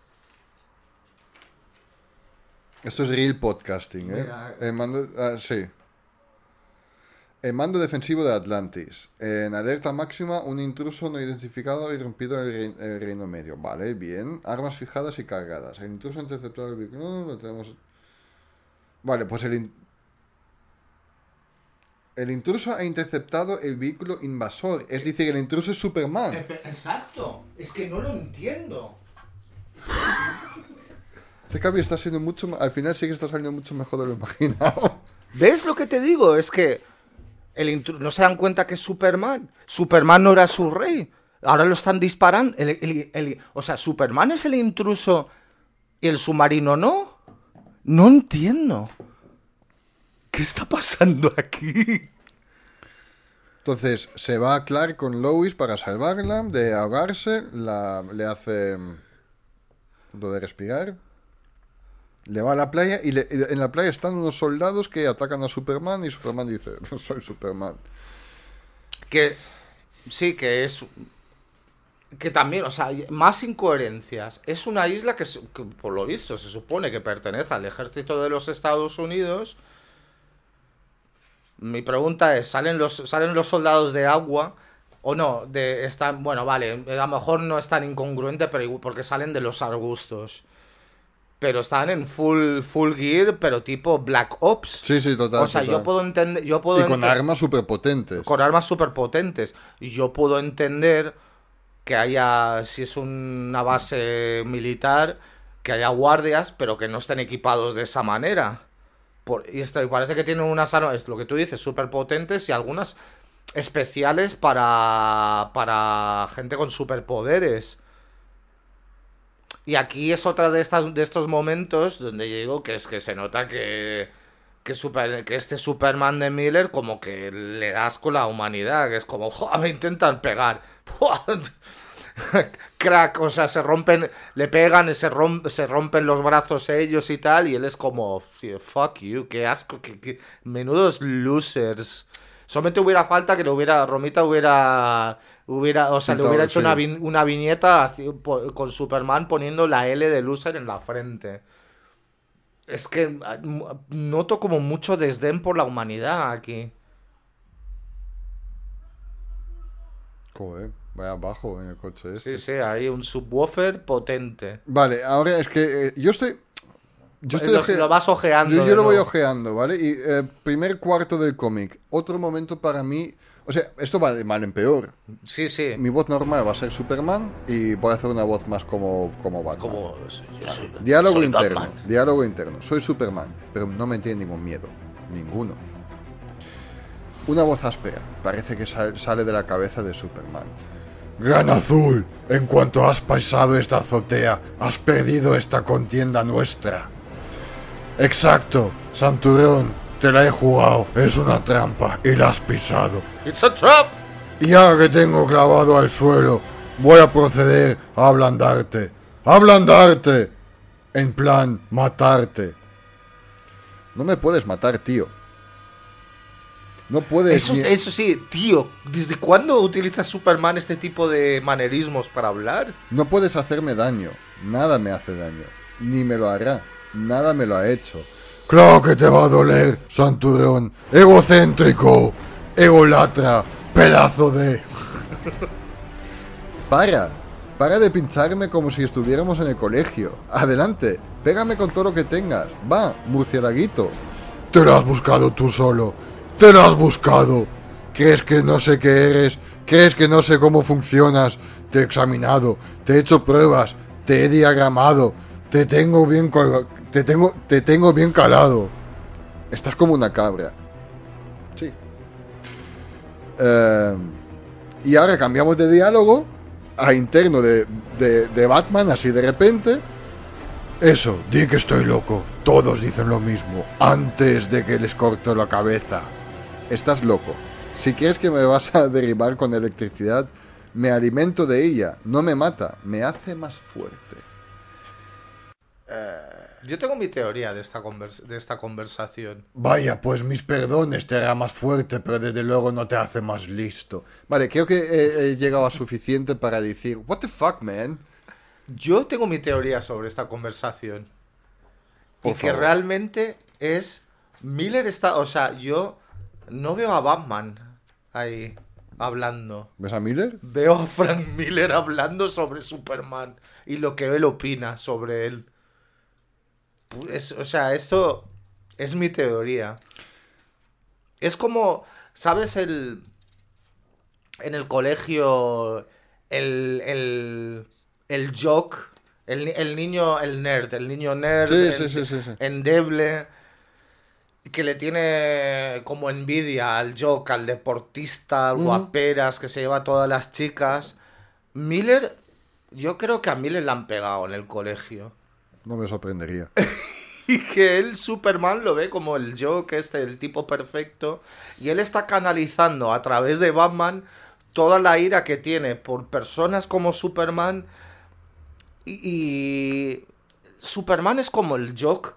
Esto es real podcasting, ¿eh? Mira, sí. El mando defensivo de Atlantis. En alerta máxima, un intruso no identificado ha irrumpido el Reino Medio. Vale, bien. Armas fijadas y cargadas. El intruso ha interceptado el vehículo. No, lo tenemos... Vale, pues el intruso ha interceptado el vehículo invasor. Es decir, el intruso es Superman. Exacto. Es que no lo entiendo. Este cambio está siendo mucho... Al final sí que está saliendo mucho mejor de lo imaginado. ¿Ves lo que te digo? Es que no se dan cuenta que es Superman. Superman no era su rey. Ahora lo están disparando. O sea, Superman es el intruso y el submarino no. No entiendo. ¿Qué está pasando aquí? Entonces se va Clark con Lois para salvarla de ahogarse, le hace lo de respirar, le va a la playa y en la playa están unos soldados que atacan a Superman y Superman dice, no soy Superman. Que sí, que es... Que también, o sea, más incoherencias. Es una isla que por lo visto se supone que pertenece al ejército de los Estados Unidos. Mi pregunta es, ¿salen los soldados de agua? O no, bueno, vale, a lo mejor no es tan incongruente, pero porque salen de los arbustos. Pero están en full gear, pero tipo Black Ops. Sí, sí, total. O sea, total. yo puedo entender... Y con armas superpotentes. Con armas superpotentes. Yo puedo entender que haya, si es una base militar, que haya guardias, pero que no estén equipados de esa manera. Y parece que tienen unas armas, es lo que tú dices, superpotentes y algunas especiales para gente con superpoderes. Y aquí es otra de estos momentos donde yo digo que es que se nota que este Superman de Miller como que le da asco a la humanidad, que es como, ¡joder! Me intentan pegar. Crack, o sea, le pegan y se rompen los brazos ellos y tal, y él es como, fuck you, qué asco, menudos losers. Solamente hubiera falta que Romita hubiera, o sea, le hubiera hecho sí. una viñeta con Superman poniendo la L de loser en la frente. Es que noto como mucho desdén por la humanidad aquí. Joder, vaya bajo en el coche este. Sí, hay un subwoofer potente. Vale, ahora es que yo estoy Lo vas ojeando. Yo lo voy ojeando, ¿vale? Y primer cuarto del cómic. Otro momento para mí... O sea, esto va de mal en peor. Sí. Mi voz normal va a ser Superman y voy a hacer una voz más como Batman. Diálogo interno. Batman. Diálogo interno. Soy Superman, pero no me tiene ningún miedo. Ninguno. Una voz áspera. Parece que sale de la cabeza de Superman. Gran Azul, en cuanto has pasado esta azotea, has perdido esta contienda nuestra. Exacto, Santurrón, te la he jugado, es una trampa y la has pisado. It's a trap. Y ahora que tengo clavado al suelo, voy a proceder a ablandarte. ¡Ablandarte! En plan, matarte. No me puedes matar, tío. No puedes... Eso sí, tío, ¿desde cuándo utiliza Superman este tipo de manerismos para hablar? No puedes hacerme daño. Nada me hace daño. Ni me lo hará. Nada me lo ha hecho. ¡Claro que te va a doler, Santurrón! ¡Egocéntrico! ¡Egolatra! ¡Pedazo de...! Para de pincharme como si estuviéramos en el colegio. Adelante, pégame con todo lo que tengas. Va, murcielaguito. Te lo has buscado tú solo. Te lo has buscado. ¿Crees que no sé qué eres? ¿Crees que no sé cómo funcionas? Te he examinado, te he hecho pruebas, te he diagramado, te tengo bien te tengo bien calado. Estás como una cabra. Sí. Y ahora cambiamos de diálogo a interno de Batman, así de repente. Eso, di que estoy loco. Todos dicen lo mismo. Antes de que les corto la cabeza. Estás loco. Si crees que me vas a derribar con electricidad, me alimento de ella. No me mata, me hace más fuerte. Yo tengo mi teoría de esta conversación. Vaya, pues mis perdones, te hará más fuerte, pero desde luego no te hace más listo. Vale, creo que he llegado a suficiente para decir, what the fuck, man. Yo tengo mi teoría sobre esta conversación. Por que favor. realmente es... Miller está... O sea, yo no veo a Batman ahí hablando. ¿Ves a Miller? Veo a Frank Miller hablando sobre Superman y lo que él opina sobre él. O sea, esto es mi teoría. Es como, ¿sabes? En el colegio, el jock, el niño nerd, Sí. endeble, que le tiene como envidia al jock, al deportista, al guaperas, que se lleva a todas las chicas. Miller, yo creo que a Miller le han pegado en el colegio. No me sorprendería. Y que él, Superman, lo ve como el Joker, el tipo perfecto. Y él está canalizando a través de Batman toda la ira que tiene por personas como Superman. Y Superman es como el Joker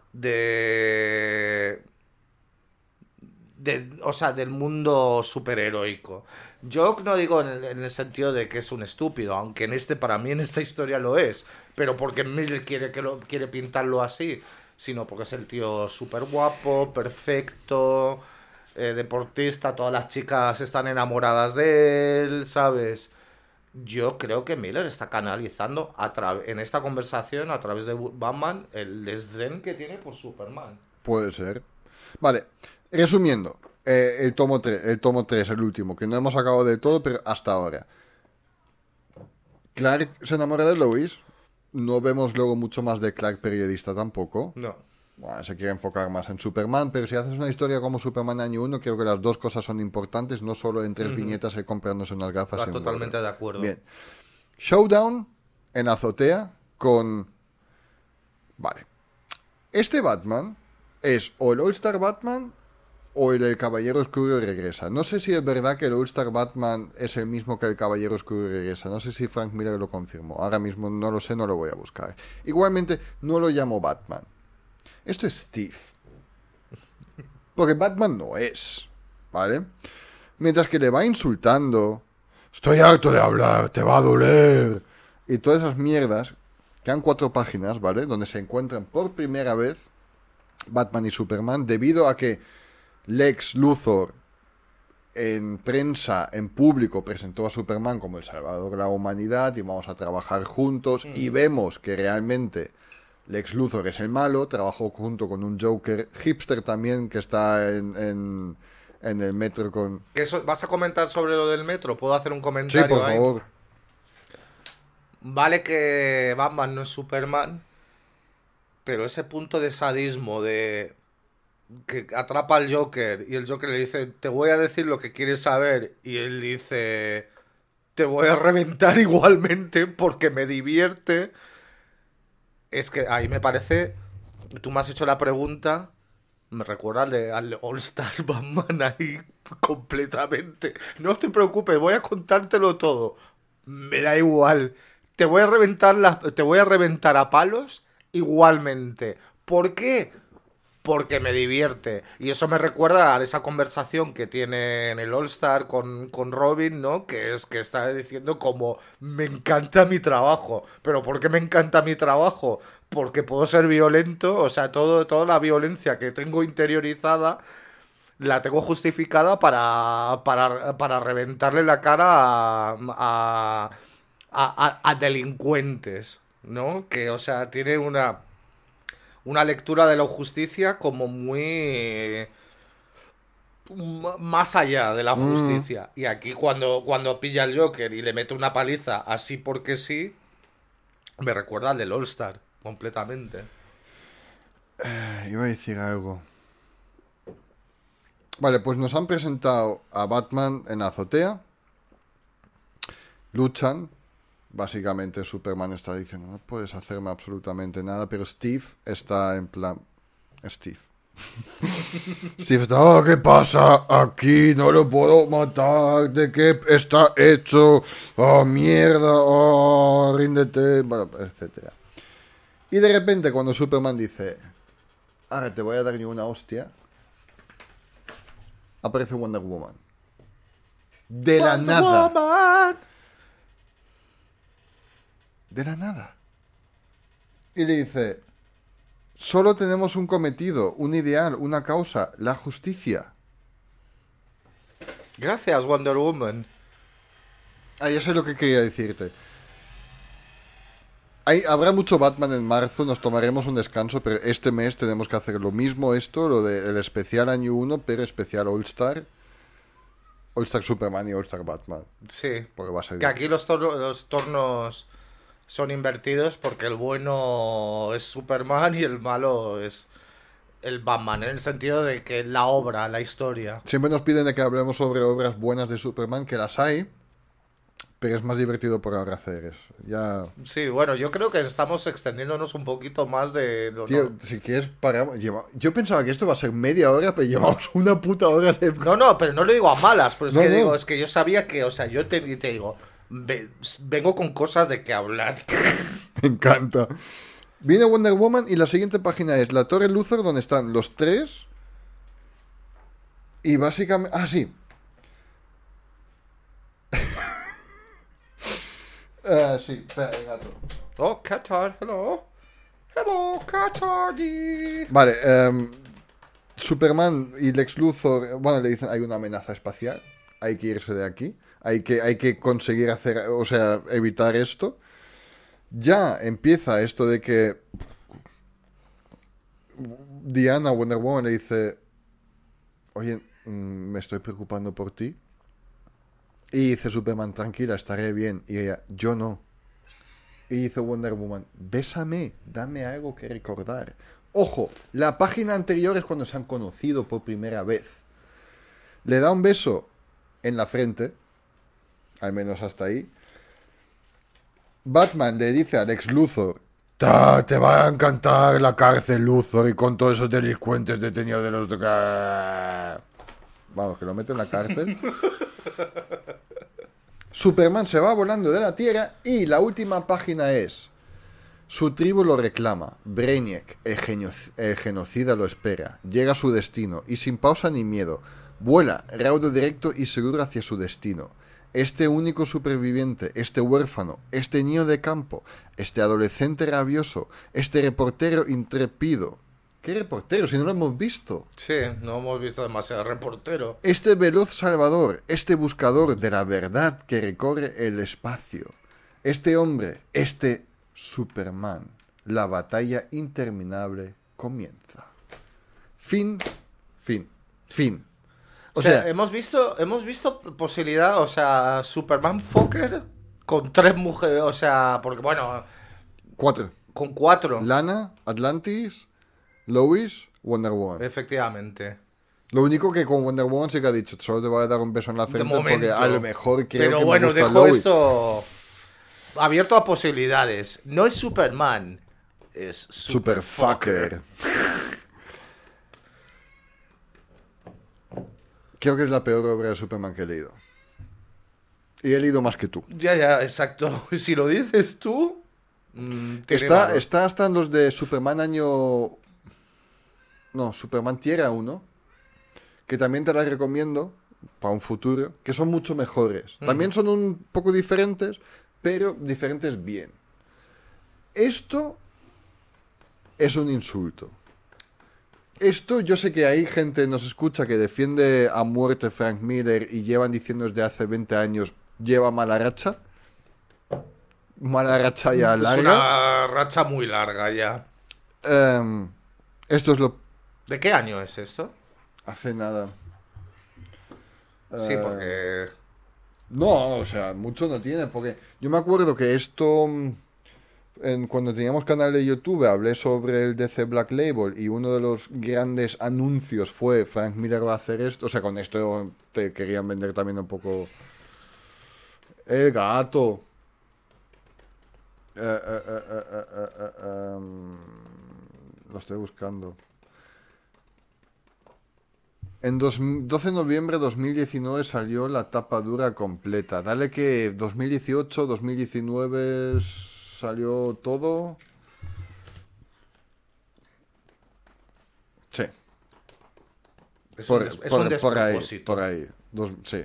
o sea, del mundo superheroico. Yo no digo en el sentido de que es un estúpido, aunque para mí en esta historia lo es, pero porque Miller quiere pintarlo así, sino porque es el tío súper guapo, perfecto, deportista, todas las chicas están enamoradas de él, ¿sabes? Yo creo que Miller está canalizando en esta conversación a través de Batman el desdén que tiene por Superman. Puede ser. Vale, resumiendo, el tomo 3, el último, que no hemos acabado de todo, pero hasta ahora. Clark se enamora de Lois. No vemos luego mucho más de Clark periodista tampoco. No. Bueno, se quiere enfocar más en Superman, pero si haces una historia como Superman año 1, creo que las dos cosas son importantes, no solo en 3 viñetas comprándose unas gafas. Estoy totalmente de acuerdo. Bien. Showdown en azotea con... Vale. Este Batman es o el All-Star Batman o el del Caballero Oscuro regresa. No sé si es verdad que el All-Star Batman es el mismo que el Caballero Oscuro regresa. No sé si Frank Miller lo confirmó. Ahora mismo no lo sé, no lo voy a buscar. Igualmente, no lo llamo Batman. Esto es Steve. Porque Batman no es. ¿Vale? Mientras que le va insultando. Estoy harto de hablar, te va a doler. Y todas esas mierdas. Quedan 4 páginas, ¿vale? Donde se encuentran por primera vez Batman y Superman. Debido a que Lex Luthor en prensa, en público, presentó a Superman como el salvador de la humanidad y vamos a trabajar juntos. Y vemos que realmente Lex Luthor es el malo. Trabajó junto con un Joker hipster también que está en el metro con... ¿Vas a comentar sobre lo del metro? ¿Puedo hacer un comentario? Sí, por favor. Vale que Batman no es Superman, pero ese punto de sadismo de que atrapa al Joker y el Joker le dice, te voy a decir lo que quieres saber, y él dice, te voy a reventar igualmente porque me divierte. Es que ahí me parece, tú me has hecho la pregunta, me recuerda al All Star Batman ahí completamente. No te preocupes, voy a contártelo todo. Me da igual. Te voy a reventar a palos igualmente. ¿Por qué? Porque me divierte. Y eso me recuerda a esa conversación que tiene en el All-Star con Robin, ¿no? Que es que está diciendo como, me encanta mi trabajo. ¿Pero por qué me encanta mi trabajo? Porque puedo ser violento, o sea, toda la violencia que tengo interiorizada la tengo justificada para reventarle la cara a delincuentes, ¿no? Que, o sea, tiene una lectura de la justicia como muy más allá de la justicia. Y aquí cuando pilla al Joker y le mete una paliza así porque sí, me recuerda al del All-Star completamente. Iba a decir algo. Vale, pues nos han presentado a Batman en la azotea. Luchan. Básicamente Superman está diciendo, no puedes hacerme absolutamente nada, pero Steve está en plan... Steve. Steve está, oh, ¿qué pasa aquí? No lo puedo matar. ¿De qué está hecho? Oh, mierda. Oh, ríndete. Bueno, etcétera. Y de repente cuando Superman dice, ahora te voy a dar yo una hostia, aparece Wonder Woman. De la nada. Woman. De la nada. Y le dice, solo tenemos un cometido, un ideal, una causa, la justicia. Gracias, Wonder Woman. Ah, ya sé lo que quería decirte. Habrá mucho Batman en marzo, nos tomaremos un descanso, pero este mes tenemos que hacer lo mismo lo del especial año 1, pero especial All Star. All Star Superman y All Star Batman. Sí. Porque va a ser... Que aquí los tornos son invertidos porque el bueno es Superman y el malo es el Batman, en el sentido de que la obra, la historia. Siempre nos piden de que hablemos sobre obras buenas de Superman, que las hay, pero es más divertido por hacer eso. Ya, Sí, bueno, yo creo que estamos extendiéndonos un poquito más de lo tío, si quieres paramos. Yo pensaba que esto va a ser media hora, pero llevamos una puta hora de... No, pero no lo digo a malas, pero es No, que no. digo, es que yo sabía que, o sea, yo te digo, vengo con cosas de que hablar. Me encanta. Viene Wonder Woman y la siguiente página es la Torre Luthor, donde están los tres. Y básicamente... Ah, sí. Sí, espera, el gato. Oh, Qatar, hello. Hello, Qatardi. Vale, Superman y Lex Luthor, bueno, le dicen hay una amenaza espacial, hay que irse de aquí, hay que conseguir hacer, o sea, evitar esto. Ya empieza esto de que Diana, Wonder Woman, le dice, oye, me estoy preocupando por ti. Y dice Superman, tranquila, estaré bien. Y ella, yo no. Y dice Wonder Woman, bésame, dame algo que recordar. Ojo, la página anterior es cuando se han conocido por primera vez. Le da un beso en la frente, al menos hasta ahí. Batman le dice a Lex Luthor, te va a encantar la cárcel, Luthor, y con todos esos delincuentes detenidos de los... Vamos, que lo mete en la cárcel. Superman se va volando de la Tierra y la última página es... Su tribu lo reclama. Brainiac, el genocida, lo espera. Llega a su destino y sin pausa ni miedo. Vuela, raudo directo y seguro hacia su destino. Este único superviviente, este huérfano, este niño de campo, este adolescente rabioso, este reportero intrépido. ¿Qué reportero si no lo hemos visto? Sí, no hemos visto demasiado reportero. Este veloz salvador, este buscador de la verdad que recorre el espacio. Este hombre, este Superman. La batalla interminable comienza. Fin. O sea, hemos visto posibilidad, o sea, Superman Fokker con 3 mujeres, o sea, porque bueno, 4. con 4. Lana, Atlantis, Lois, Wonder Woman. Efectivamente. Lo único que con Wonder Woman sí que ha dicho, solo te voy a dar un beso en la frente porque a lo mejor creo pero que bueno, me gusta dejo Lois. esto abierto a posibilidades. No es Superman, es Superfucker. Creo que es la peor obra de Superman que he leído. Y he leído más que tú. Ya, exacto. Si lo dices tú... tiene valor. Está hasta en los de Superman año... No, Superman Tierra 1. Que también te las recomiendo para un futuro. Que son mucho mejores. También son un poco diferentes, pero diferentes bien. Esto es un insulto. Esto, yo sé que hay gente nos escucha que defiende a muerte Frank Miller y llevan diciendo desde hace 20 años, lleva mala racha. Mala racha ya Es larga. una racha muy larga ya. Esto es lo... ¿De qué año es esto? Hace nada. Sí, porque... No, o sea, mucho no tiene, porque yo me acuerdo que esto... cuando teníamos canal de YouTube hablé sobre el DC Black Label y uno de los grandes anuncios fue Frank Miller va a hacer esto. O sea, con esto te querían vender también un poco el gato. Lo estoy buscando. En 12 de noviembre de 2019 salió la tapa dura completa. Dale que 2018, 2019... salió todo. Sí. Es un despropósito. Por ahí. Sí.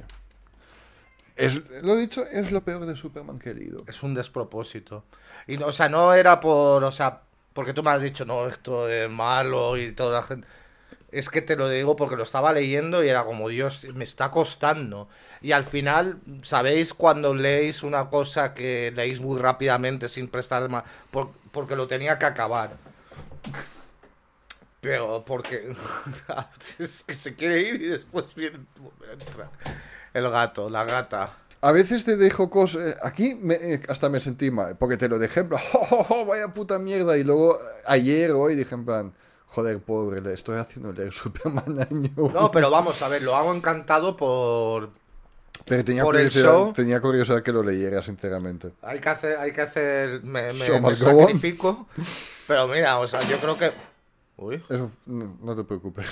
Lo dicho, es lo peor de Superman que he leído. Es un despropósito. Y no, o sea, no era por, o sea, porque tú me has dicho, no, esto es malo y toda la gente... Es que te lo digo porque lo estaba leyendo y era como, Dios, me está costando. Y al final, ¿sabéis cuando leéis una cosa que leéis muy rápidamente sin prestar más? Porque lo tenía que acabar. Pero porque... es que se quiere ir y después viene... entra el gato, la gata. A veces te dejo cosas... Aquí hasta me sentí mal, porque te lo dejé en plan, vaya puta mierda. Y luego ayer o hoy dije en plan... Joder, pobre, le estoy haciendo leer Superman año. No, pero vamos a ver, lo hago encantado por Pero por el show. tenía curiosidad que lo leyera, sinceramente. Hay que hacer, me Show must go on. sacrifico. Pero mira, o sea, yo creo que... Uy. Eso, no te preocupes.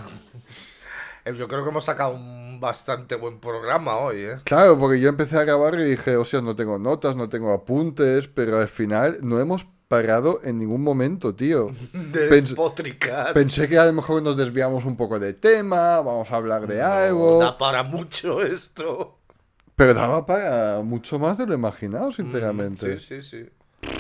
Yo creo que hemos sacado un bastante buen programa hoy, ¿eh? Claro, porque yo empecé a grabar y dije, o sea, no tengo notas, no tengo apuntes, pero al final no hemos parado en ningún momento, tío. De despotricar. Pensé que a lo mejor nos desviamos un poco de tema, vamos a hablar de algo. Da para mucho esto. Pero daba para mucho más de lo imaginado, sinceramente. Sí.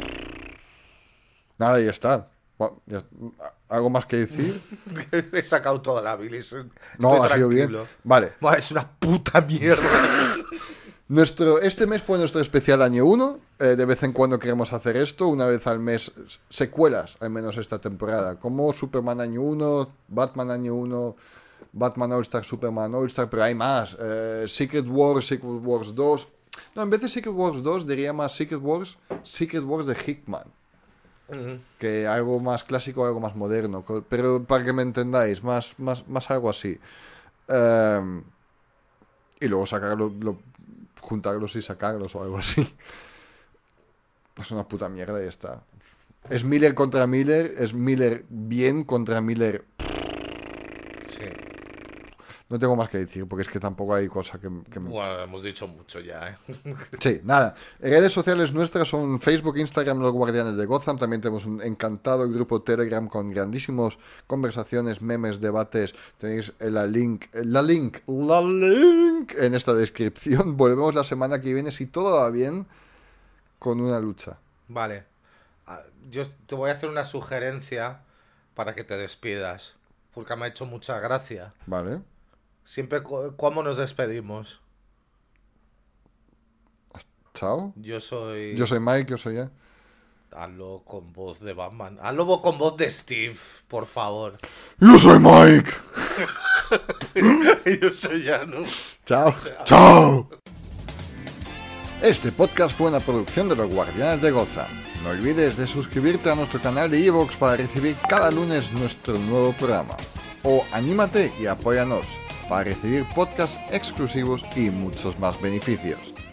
Nada, ya está. Bueno, ¿algo más que decir? He sacado toda la bilis. No, Estoy ha sido bien. tranquilo. Vale. Buah, es una puta mierda. Este mes fue nuestro especial año 1. De vez en cuando queremos hacer esto, una vez al mes, secuelas, al menos esta temporada. Como Superman año 1, Batman año 1, Batman All-Star, Superman All-Star, pero hay más. Secret Wars 2. No, en vez de Secret Wars 2 diría más Secret Wars de Hickman. Que algo más clásico, algo más moderno. Pero para que me entendáis, más algo así. Y luego juntarlos y sacarlos o algo así. Es una puta mierda y ya está. Es Miller contra Miller, es Miller bien contra Miller. Sí. No tengo más que decir porque es que tampoco hay cosa que... Bueno, hemos dicho mucho ya, ¿eh? Sí, nada. Redes sociales nuestras son Facebook, Instagram, Los Guardianes de Gotham. También tenemos un encantado grupo Telegram con grandísimos conversaciones, memes, debates. Tenéis la link en esta descripción. Volvemos la semana que viene, si todo va bien, con una lucha. Vale. Yo te voy a hacer una sugerencia para que te despidas, porque me ha hecho mucha gracia. Vale. Siempre, ¿cómo nos despedimos? Chao. Yo soy Mike, yo soy ya. Hazlo con voz de Batman. Hazlo con voz de Steve, por favor. Yo soy Mike. Yo soy Llano. Chao. Chao. Este podcast fue una producción de Los Guardianes de Gotham. No olvides de suscribirte a nuestro canal de iVoox para recibir cada lunes nuestro nuevo programa. O anímate y apóyanos para recibir podcasts exclusivos y muchos más beneficios.